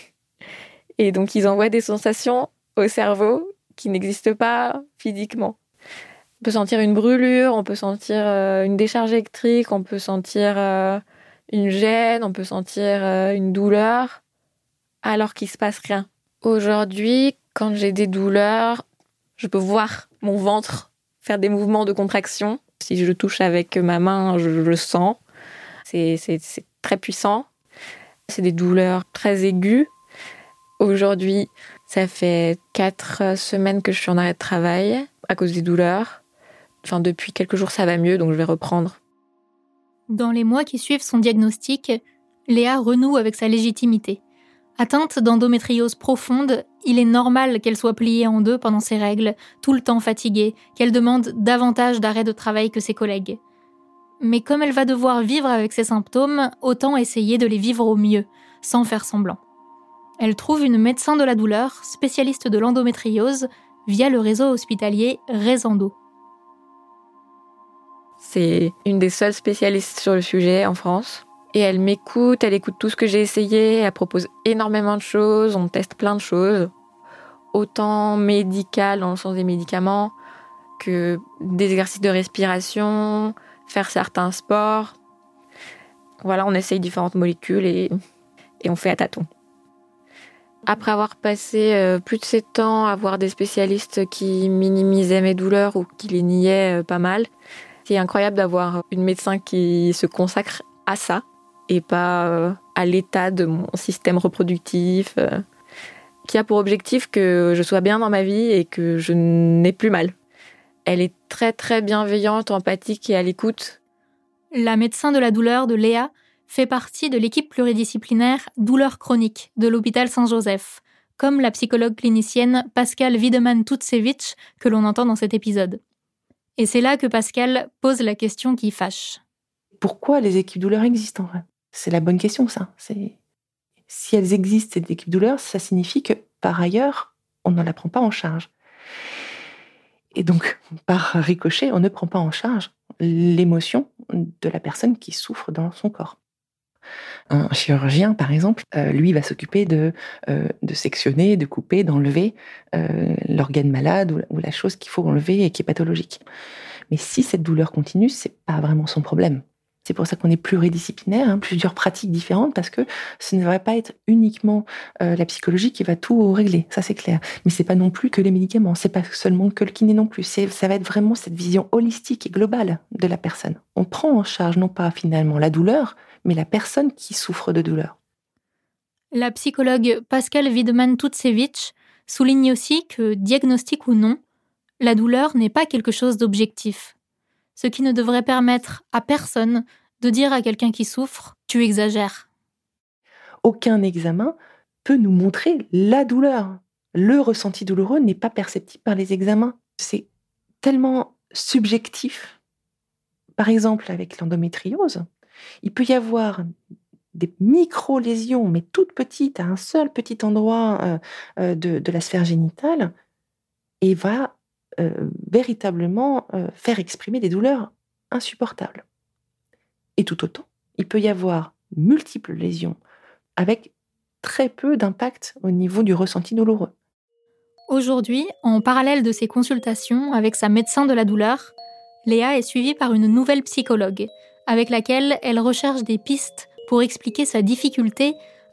Et donc ils envoient des sensations au cerveau qui n'existent pas physiquement. On peut sentir une brûlure, on peut sentir une décharge électrique, on peut sentir une gêne, on peut sentir une douleur, alors qu'il ne se passe rien. Aujourd'hui, quand j'ai des douleurs, je peux voir mon ventre faire des mouvements de contraction. Si je le touche avec ma main, je le sens. C'est très puissant. C'est des douleurs très aiguës. Aujourd'hui, ça fait 4 semaines que je suis en arrêt de travail à cause des douleurs. Enfin, depuis quelques jours, ça va mieux, donc je vais reprendre. Dans les mois qui suivent son diagnostic, Léa renoue avec sa légitimité. Atteinte d'endométriose profonde, il est normal qu'elle soit pliée en 2 pendant ses règles, tout le temps fatiguée, qu'elle demande davantage d'arrêt de travail que ses collègues. Mais comme elle va devoir vivre avec ses symptômes, autant essayer de les vivre au mieux, sans faire semblant. Elle trouve une médecin de la douleur, spécialiste de l'endométriose, via le réseau hospitalier Resendo. C'est une des seules spécialistes sur le sujet en France. Et elle m'écoute, elle écoute tout ce que j'ai essayé, elle propose énormément de choses, on teste plein de choses. Autant médical dans le sens des médicaments, que des exercices de respiration, faire certains sports. Voilà, on essaye différentes molécules et on fait à tâtons. Après avoir passé plus de 7 ans à voir des spécialistes qui minimisaient mes douleurs ou qui les niaient pas mal, c'est incroyable d'avoir une médecin qui se consacre à ça et pas à l'état de mon système reproductif, qui a pour objectif que je sois bien dans ma vie et que je n'ai plus mal. Elle est très très bienveillante, empathique et à l'écoute. La médecin de la douleur de Léa fait partie de l'équipe pluridisciplinaire douleurs chroniques de l'hôpital Saint-Joseph, comme la psychologue clinicienne Pascale Wiedemann-Tutsevich que l'on entend dans cet épisode. Et c'est là que Pascale pose la question qui fâche. Pourquoi les équipes douleurs existent en vrai ? C'est la bonne question, ça. Si elles existent, ces équipes douleurs, ça signifie que, par ailleurs, on ne la prend pas en charge. Et donc, par ricochet, on ne prend pas en charge l'émotion de la personne qui souffre dans son corps. Un chirurgien, par exemple, lui va s'occuper de sectionner, de couper, d'enlever l'organe malade ou la chose qu'il faut enlever et qui est pathologique. Mais si cette douleur continue, c'est pas vraiment son problème. C'est pour ça qu'on est pluridisciplinaire, plusieurs pratiques différentes, parce que ce ne devrait pas être uniquement la psychologie qui va tout régler, ça c'est clair. Mais c'est pas non plus que les médicaments, c'est pas seulement que le kiné non plus. Ça va être vraiment cette vision holistique et globale de la personne. On prend en charge non pas finalement la douleur, mais la personne qui souffre de douleur. La psychologue Pascale Wiedemann-Tutsevich souligne aussi que, diagnostic ou non, la douleur n'est pas quelque chose d'objectif. Ce qui ne devrait permettre à personne de dire à quelqu'un qui souffre « tu exagères ». Aucun examen peut nous montrer la douleur. Le ressenti douloureux n'est pas perceptible par les examens. C'est tellement subjectif. Par exemple, avec l'endométriose, il peut y avoir des micro-lésions, mais toutes petites, à un seul petit endroit de la sphère génitale, et va véritablement faire exprimer des douleurs insupportables. Et tout autant, il peut y avoir multiples lésions avec très peu d'impact au niveau du ressenti douloureux. Aujourd'hui, en parallèle de ses consultations avec sa médecin de la douleur, Léa est suivie par une nouvelle psychologue, avec laquelle elle recherche des pistes pour expliquer sa difficulté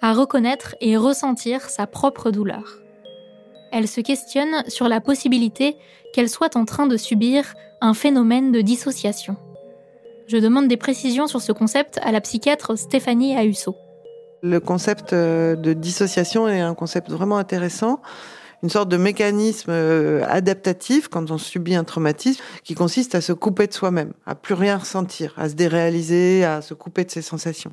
à reconnaître et ressentir sa propre douleur. Elle se questionne sur la possibilité qu'elle soit en train de subir un phénomène de dissociation. Je demande des précisions sur ce concept à la psychiatre Stéphanie Ahussot. Le concept de dissociation est un concept vraiment intéressant, une sorte de mécanisme adaptatif quand on subit un traumatisme qui consiste à se couper de soi-même, à plus rien ressentir, à se déréaliser, à se couper de ses sensations.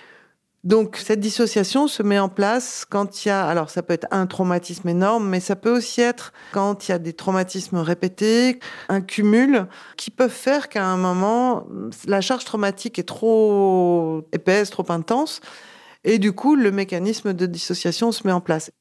Donc cette dissociation se met en place quand il y a, alors ça peut être un traumatisme énorme, mais ça peut aussi être quand il y a des traumatismes répétés, un cumul qui peuvent faire qu'à un moment, la charge traumatique est trop épaisse, trop intense, et du coup, le mécanisme de dissociation se met en place.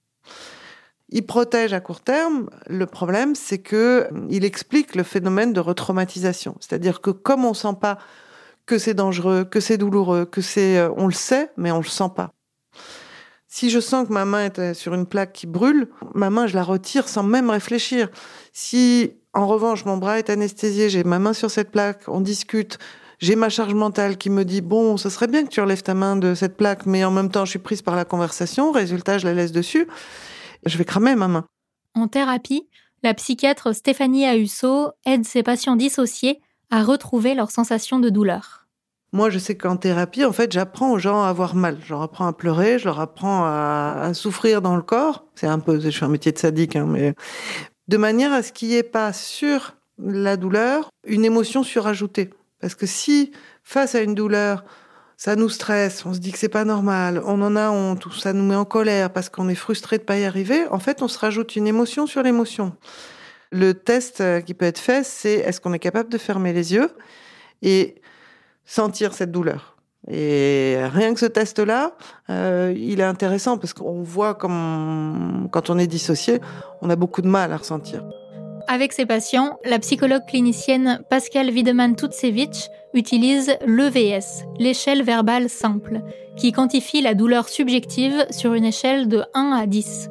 Il protège à court terme. Le problème, c'est que il explique le phénomène de retraumatisation. C'est-à-dire que comme on sent pas que c'est dangereux, que c'est douloureux, on le sait, mais on le sent pas. Si je sens que ma main est sur une plaque qui brûle, ma main, je la retire sans même réfléchir. Si, en revanche, mon bras est anesthésié, j'ai ma main sur cette plaque, on discute, j'ai ma charge mentale qui me dit « Bon, ça serait bien que tu relèves ta main de cette plaque, mais en même temps, je suis prise par la conversation. Résultat, je la laisse dessus. Je vais cramer ma main. » En thérapie, la psychiatre Stéphanie Ahussot aide ses patients dissociés à retrouver leur sensation de douleur. Moi, je sais qu'en thérapie, en fait, j'apprends aux gens à avoir mal. Je leur apprends à pleurer, je leur apprends à souffrir dans le corps. Je fais un métier de sadique, mais de manière à ce qu'il n'y ait pas sur la douleur une émotion surajoutée. Parce que si, face à une douleur, ça nous stresse, on se dit que c'est pas normal, on en a honte, ou ça nous met en colère parce qu'on est frustré de pas y arriver, en fait, on se rajoute une émotion sur l'émotion. Le test qui peut être fait, c'est est-ce qu'on est capable de fermer les yeux et sentir cette douleur. Et rien que ce test-là, il est intéressant parce qu'on voit comme quand on est dissocié, on a beaucoup de mal à ressentir. Avec ses patients, la psychologue clinicienne Pascale Wiedemann-Tutsevich utilise l'EVS, l'échelle verbale simple, qui quantifie la douleur subjective sur une échelle de 1 à 10.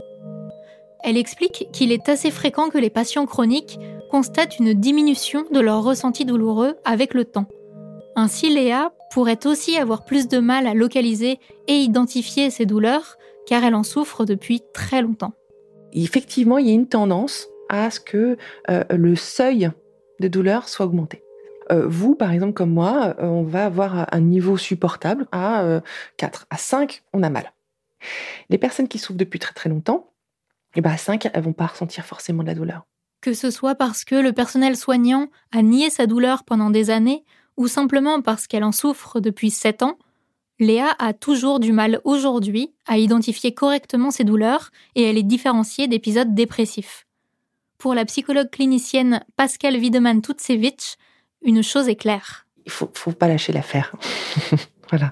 Elle explique qu'il est assez fréquent que les patients chroniques constatent une diminution de leur ressenti douloureux avec le temps. Ainsi, Léa pourrait aussi avoir plus de mal à localiser et identifier ses douleurs, car elle en souffre depuis très longtemps. Effectivement, il y a une tendance à ce que le seuil de douleur soit augmenté. Vous, par exemple, comme moi, on va avoir un niveau supportable à 4. À 5, on a mal. Les personnes qui souffrent depuis très très longtemps, à 5, elles vont pas ressentir forcément de la douleur. Que ce soit parce que le personnel soignant a nié sa douleur pendant des années, ou simplement parce qu'elle en souffre depuis 7 ans, Léa a toujours du mal aujourd'hui à identifier correctement ses douleurs et à les différencier d'épisodes dépressifs. Pour la psychologue clinicienne Pascale Wiedemann-Tutsevich, une chose est claire. Il faut pas lâcher l'affaire. Voilà.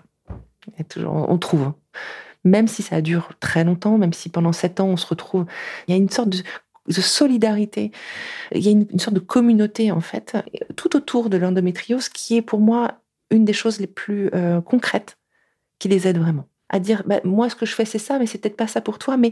On trouve. Même si ça dure très longtemps, même si pendant 7 ans on se retrouve, il y a une sorte de solidarité, il y a une sorte de communauté en fait, tout autour de l'endométriose qui est pour moi une des choses les plus concrètes qui les aide vraiment. À dire, moi ce que je fais c'est ça, mais c'est peut-être pas ça pour toi, mais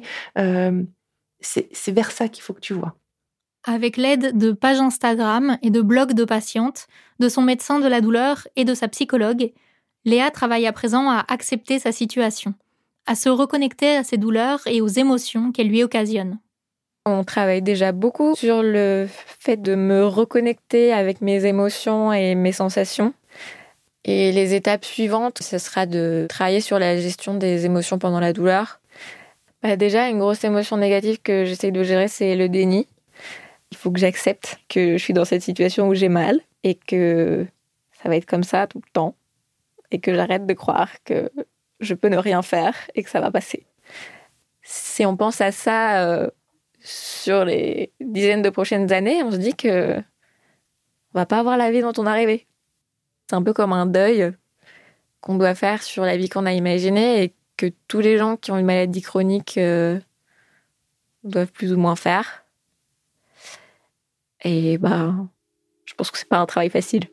c'est vers ça qu'il faut que tu vois. Avec l'aide de pages Instagram et de blogs de patientes, de son médecin de la douleur et de sa psychologue, Léa travaille à présent à accepter sa situation, à se reconnecter à ses douleurs et aux émotions qu'elle lui occasionne. On travaille déjà beaucoup sur le fait de me reconnecter avec mes émotions et mes sensations. Et les étapes suivantes, ce sera de travailler sur la gestion des émotions pendant la douleur. Déjà, une grosse émotion négative que j'essaie de gérer, c'est le déni. Il faut que j'accepte que je suis dans cette situation où j'ai mal et que ça va être comme ça tout le temps et que j'arrête de croire que je peux ne rien faire et que ça va passer. Si on pense à ça sur les dizaines de prochaines années, on se dit que on va pas avoir la vie dont on est arrivé. C'est un peu comme un deuil qu'on doit faire sur la vie qu'on a imaginée et que tous les gens qui ont une maladie chronique doivent plus ou moins faire. Et je pense que c'est pas un travail facile.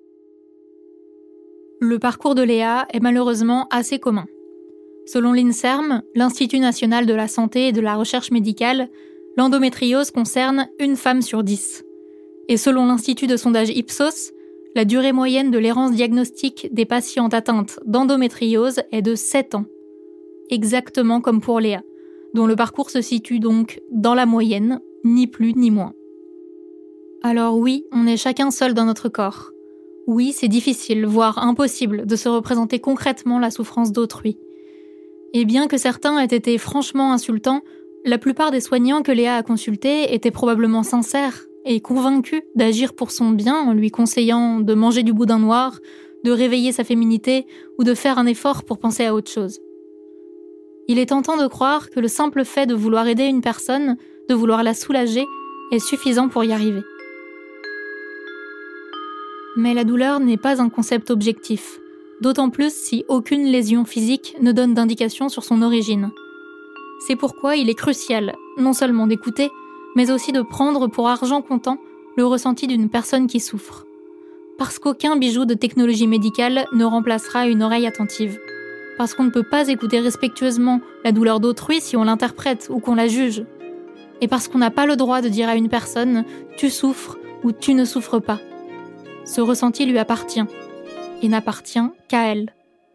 Le parcours de Léa est malheureusement assez commun. Selon l'INSERM, l'Institut national de la santé et de la recherche médicale, l'endométriose concerne 1 femme sur 10. Et selon l'Institut de sondage Ipsos, la durée moyenne de l'errance diagnostique des patientes atteintes d'endométriose est de 7 ans. exactement comme pour Léa, dont le parcours se situe donc dans la moyenne, ni plus ni moins. Alors oui, on est chacun seul dans notre corps. Oui, c'est difficile, voire impossible, de se représenter concrètement la souffrance d'autrui. Et bien que certains aient été franchement insultants, la plupart des soignants que Léa a consultés étaient probablement sincères et convaincus d'agir pour son bien en lui conseillant de manger du boudin noir, de réveiller sa féminité ou de faire un effort pour penser à autre chose. Il est tentant de croire que le simple fait de vouloir aider une personne, de vouloir la soulager, est suffisant pour y arriver. Mais la douleur n'est pas un concept objectif, d'autant plus si aucune lésion physique ne donne d'indication sur son origine. C'est pourquoi il est crucial, non seulement d'écouter, mais aussi de prendre pour argent comptant le ressenti d'une personne qui souffre. Parce qu'aucun bijou de technologie médicale ne remplacera une oreille attentive. Parce qu'on ne peut pas écouter respectueusement la douleur d'autrui si on l'interprète ou qu'on la juge. Et parce qu'on n'a pas le droit de dire à une personne « tu souffres » ou « tu ne souffres pas ». Ce ressenti lui appartient, et n'appartient qu'à elle.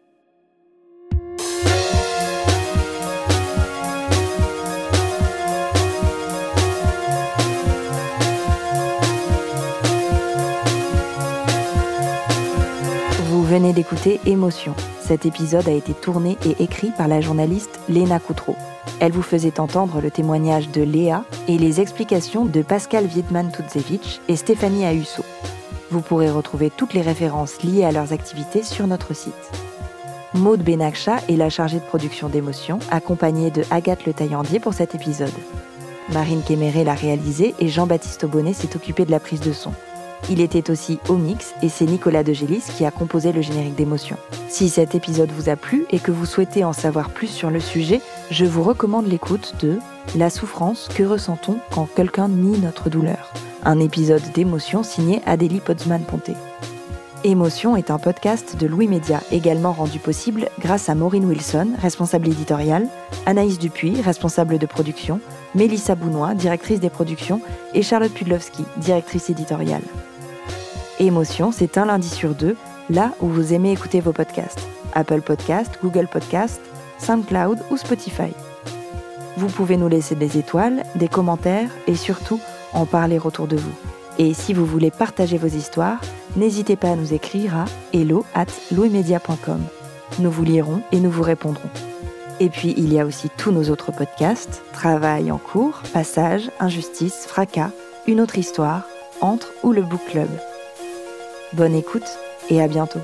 Vous venez d'écouter Émotion. Cet épisode a été tourné et écrit par la journaliste Léna Coutreau. Elle vous faisait entendre le témoignage de Léa et les explications de Pascal Wiedmann-Tudzewicz et Stéphanie Ahusso. Vous pourrez retrouver toutes les références liées à leurs activités sur notre site. Maude Benakcha est la chargée de production d'Émotion, accompagnée de Agathe Le Taillandier pour cet épisode. Marine Kéméré l'a réalisé et Jean-Baptiste Aubonnet s'est occupé de la prise de son. Il était aussi au mix et c'est Nicolas Degélis qui a composé le générique d'Émotion. Si cet épisode vous a plu et que vous souhaitez en savoir plus sur le sujet, je vous recommande l'écoute de « La souffrance, que ressent-on quand quelqu'un nie notre douleur ?» Un épisode d'Émotion signé Adélie Potzmann-Ponté. Émotion est un podcast de Louis Média, également rendu possible grâce à Maureen Wilson, responsable éditoriale, Anaïs Dupuis, responsable de production, Mélissa Bounois, directrice des productions, et Charlotte Pudlowski, directrice éditoriale. Émotion, c'est un lundi sur 2, là où vous aimez écouter vos podcasts. Apple Podcasts, Google Podcasts, SoundCloud ou Spotify. Vous pouvez nous laisser des étoiles, des commentaires et surtout en parler autour de vous. Et si vous voulez partager vos histoires, n'hésitez pas à nous écrire à hello@louismedia.com. Nous vous lirons et nous vous répondrons. Et puis, il y a aussi tous nos autres podcasts, Travail en cours, Passage, Injustice, Fracas, Une autre histoire, Entre ou le Book Club. Bonne écoute et à bientôt.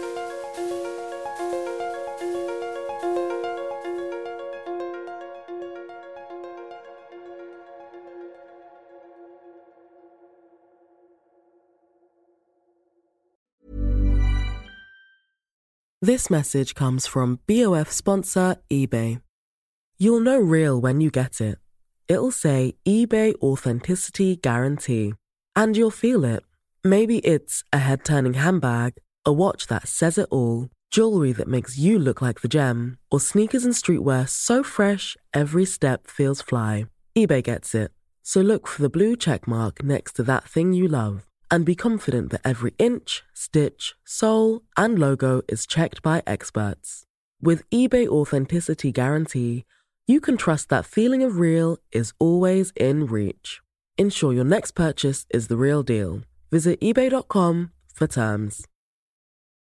This message comes from BOF sponsor eBay. You'll know real when you get it. It'll say eBay Authenticity Guarantee. And you'll feel it. Maybe it's a head-turning handbag, a watch that says it all, jewelry that makes you look like the gem, or sneakers and streetwear so fresh every step feels fly. eBay gets it. So look for the blue check mark next to that thing you love. And be confident that every inch, stitch, sole, and logo is checked by experts. With eBay Authenticity Guarantee, you can trust that feeling of real is always in reach. Ensure your next purchase is the real deal. Visit ebay.com for terms.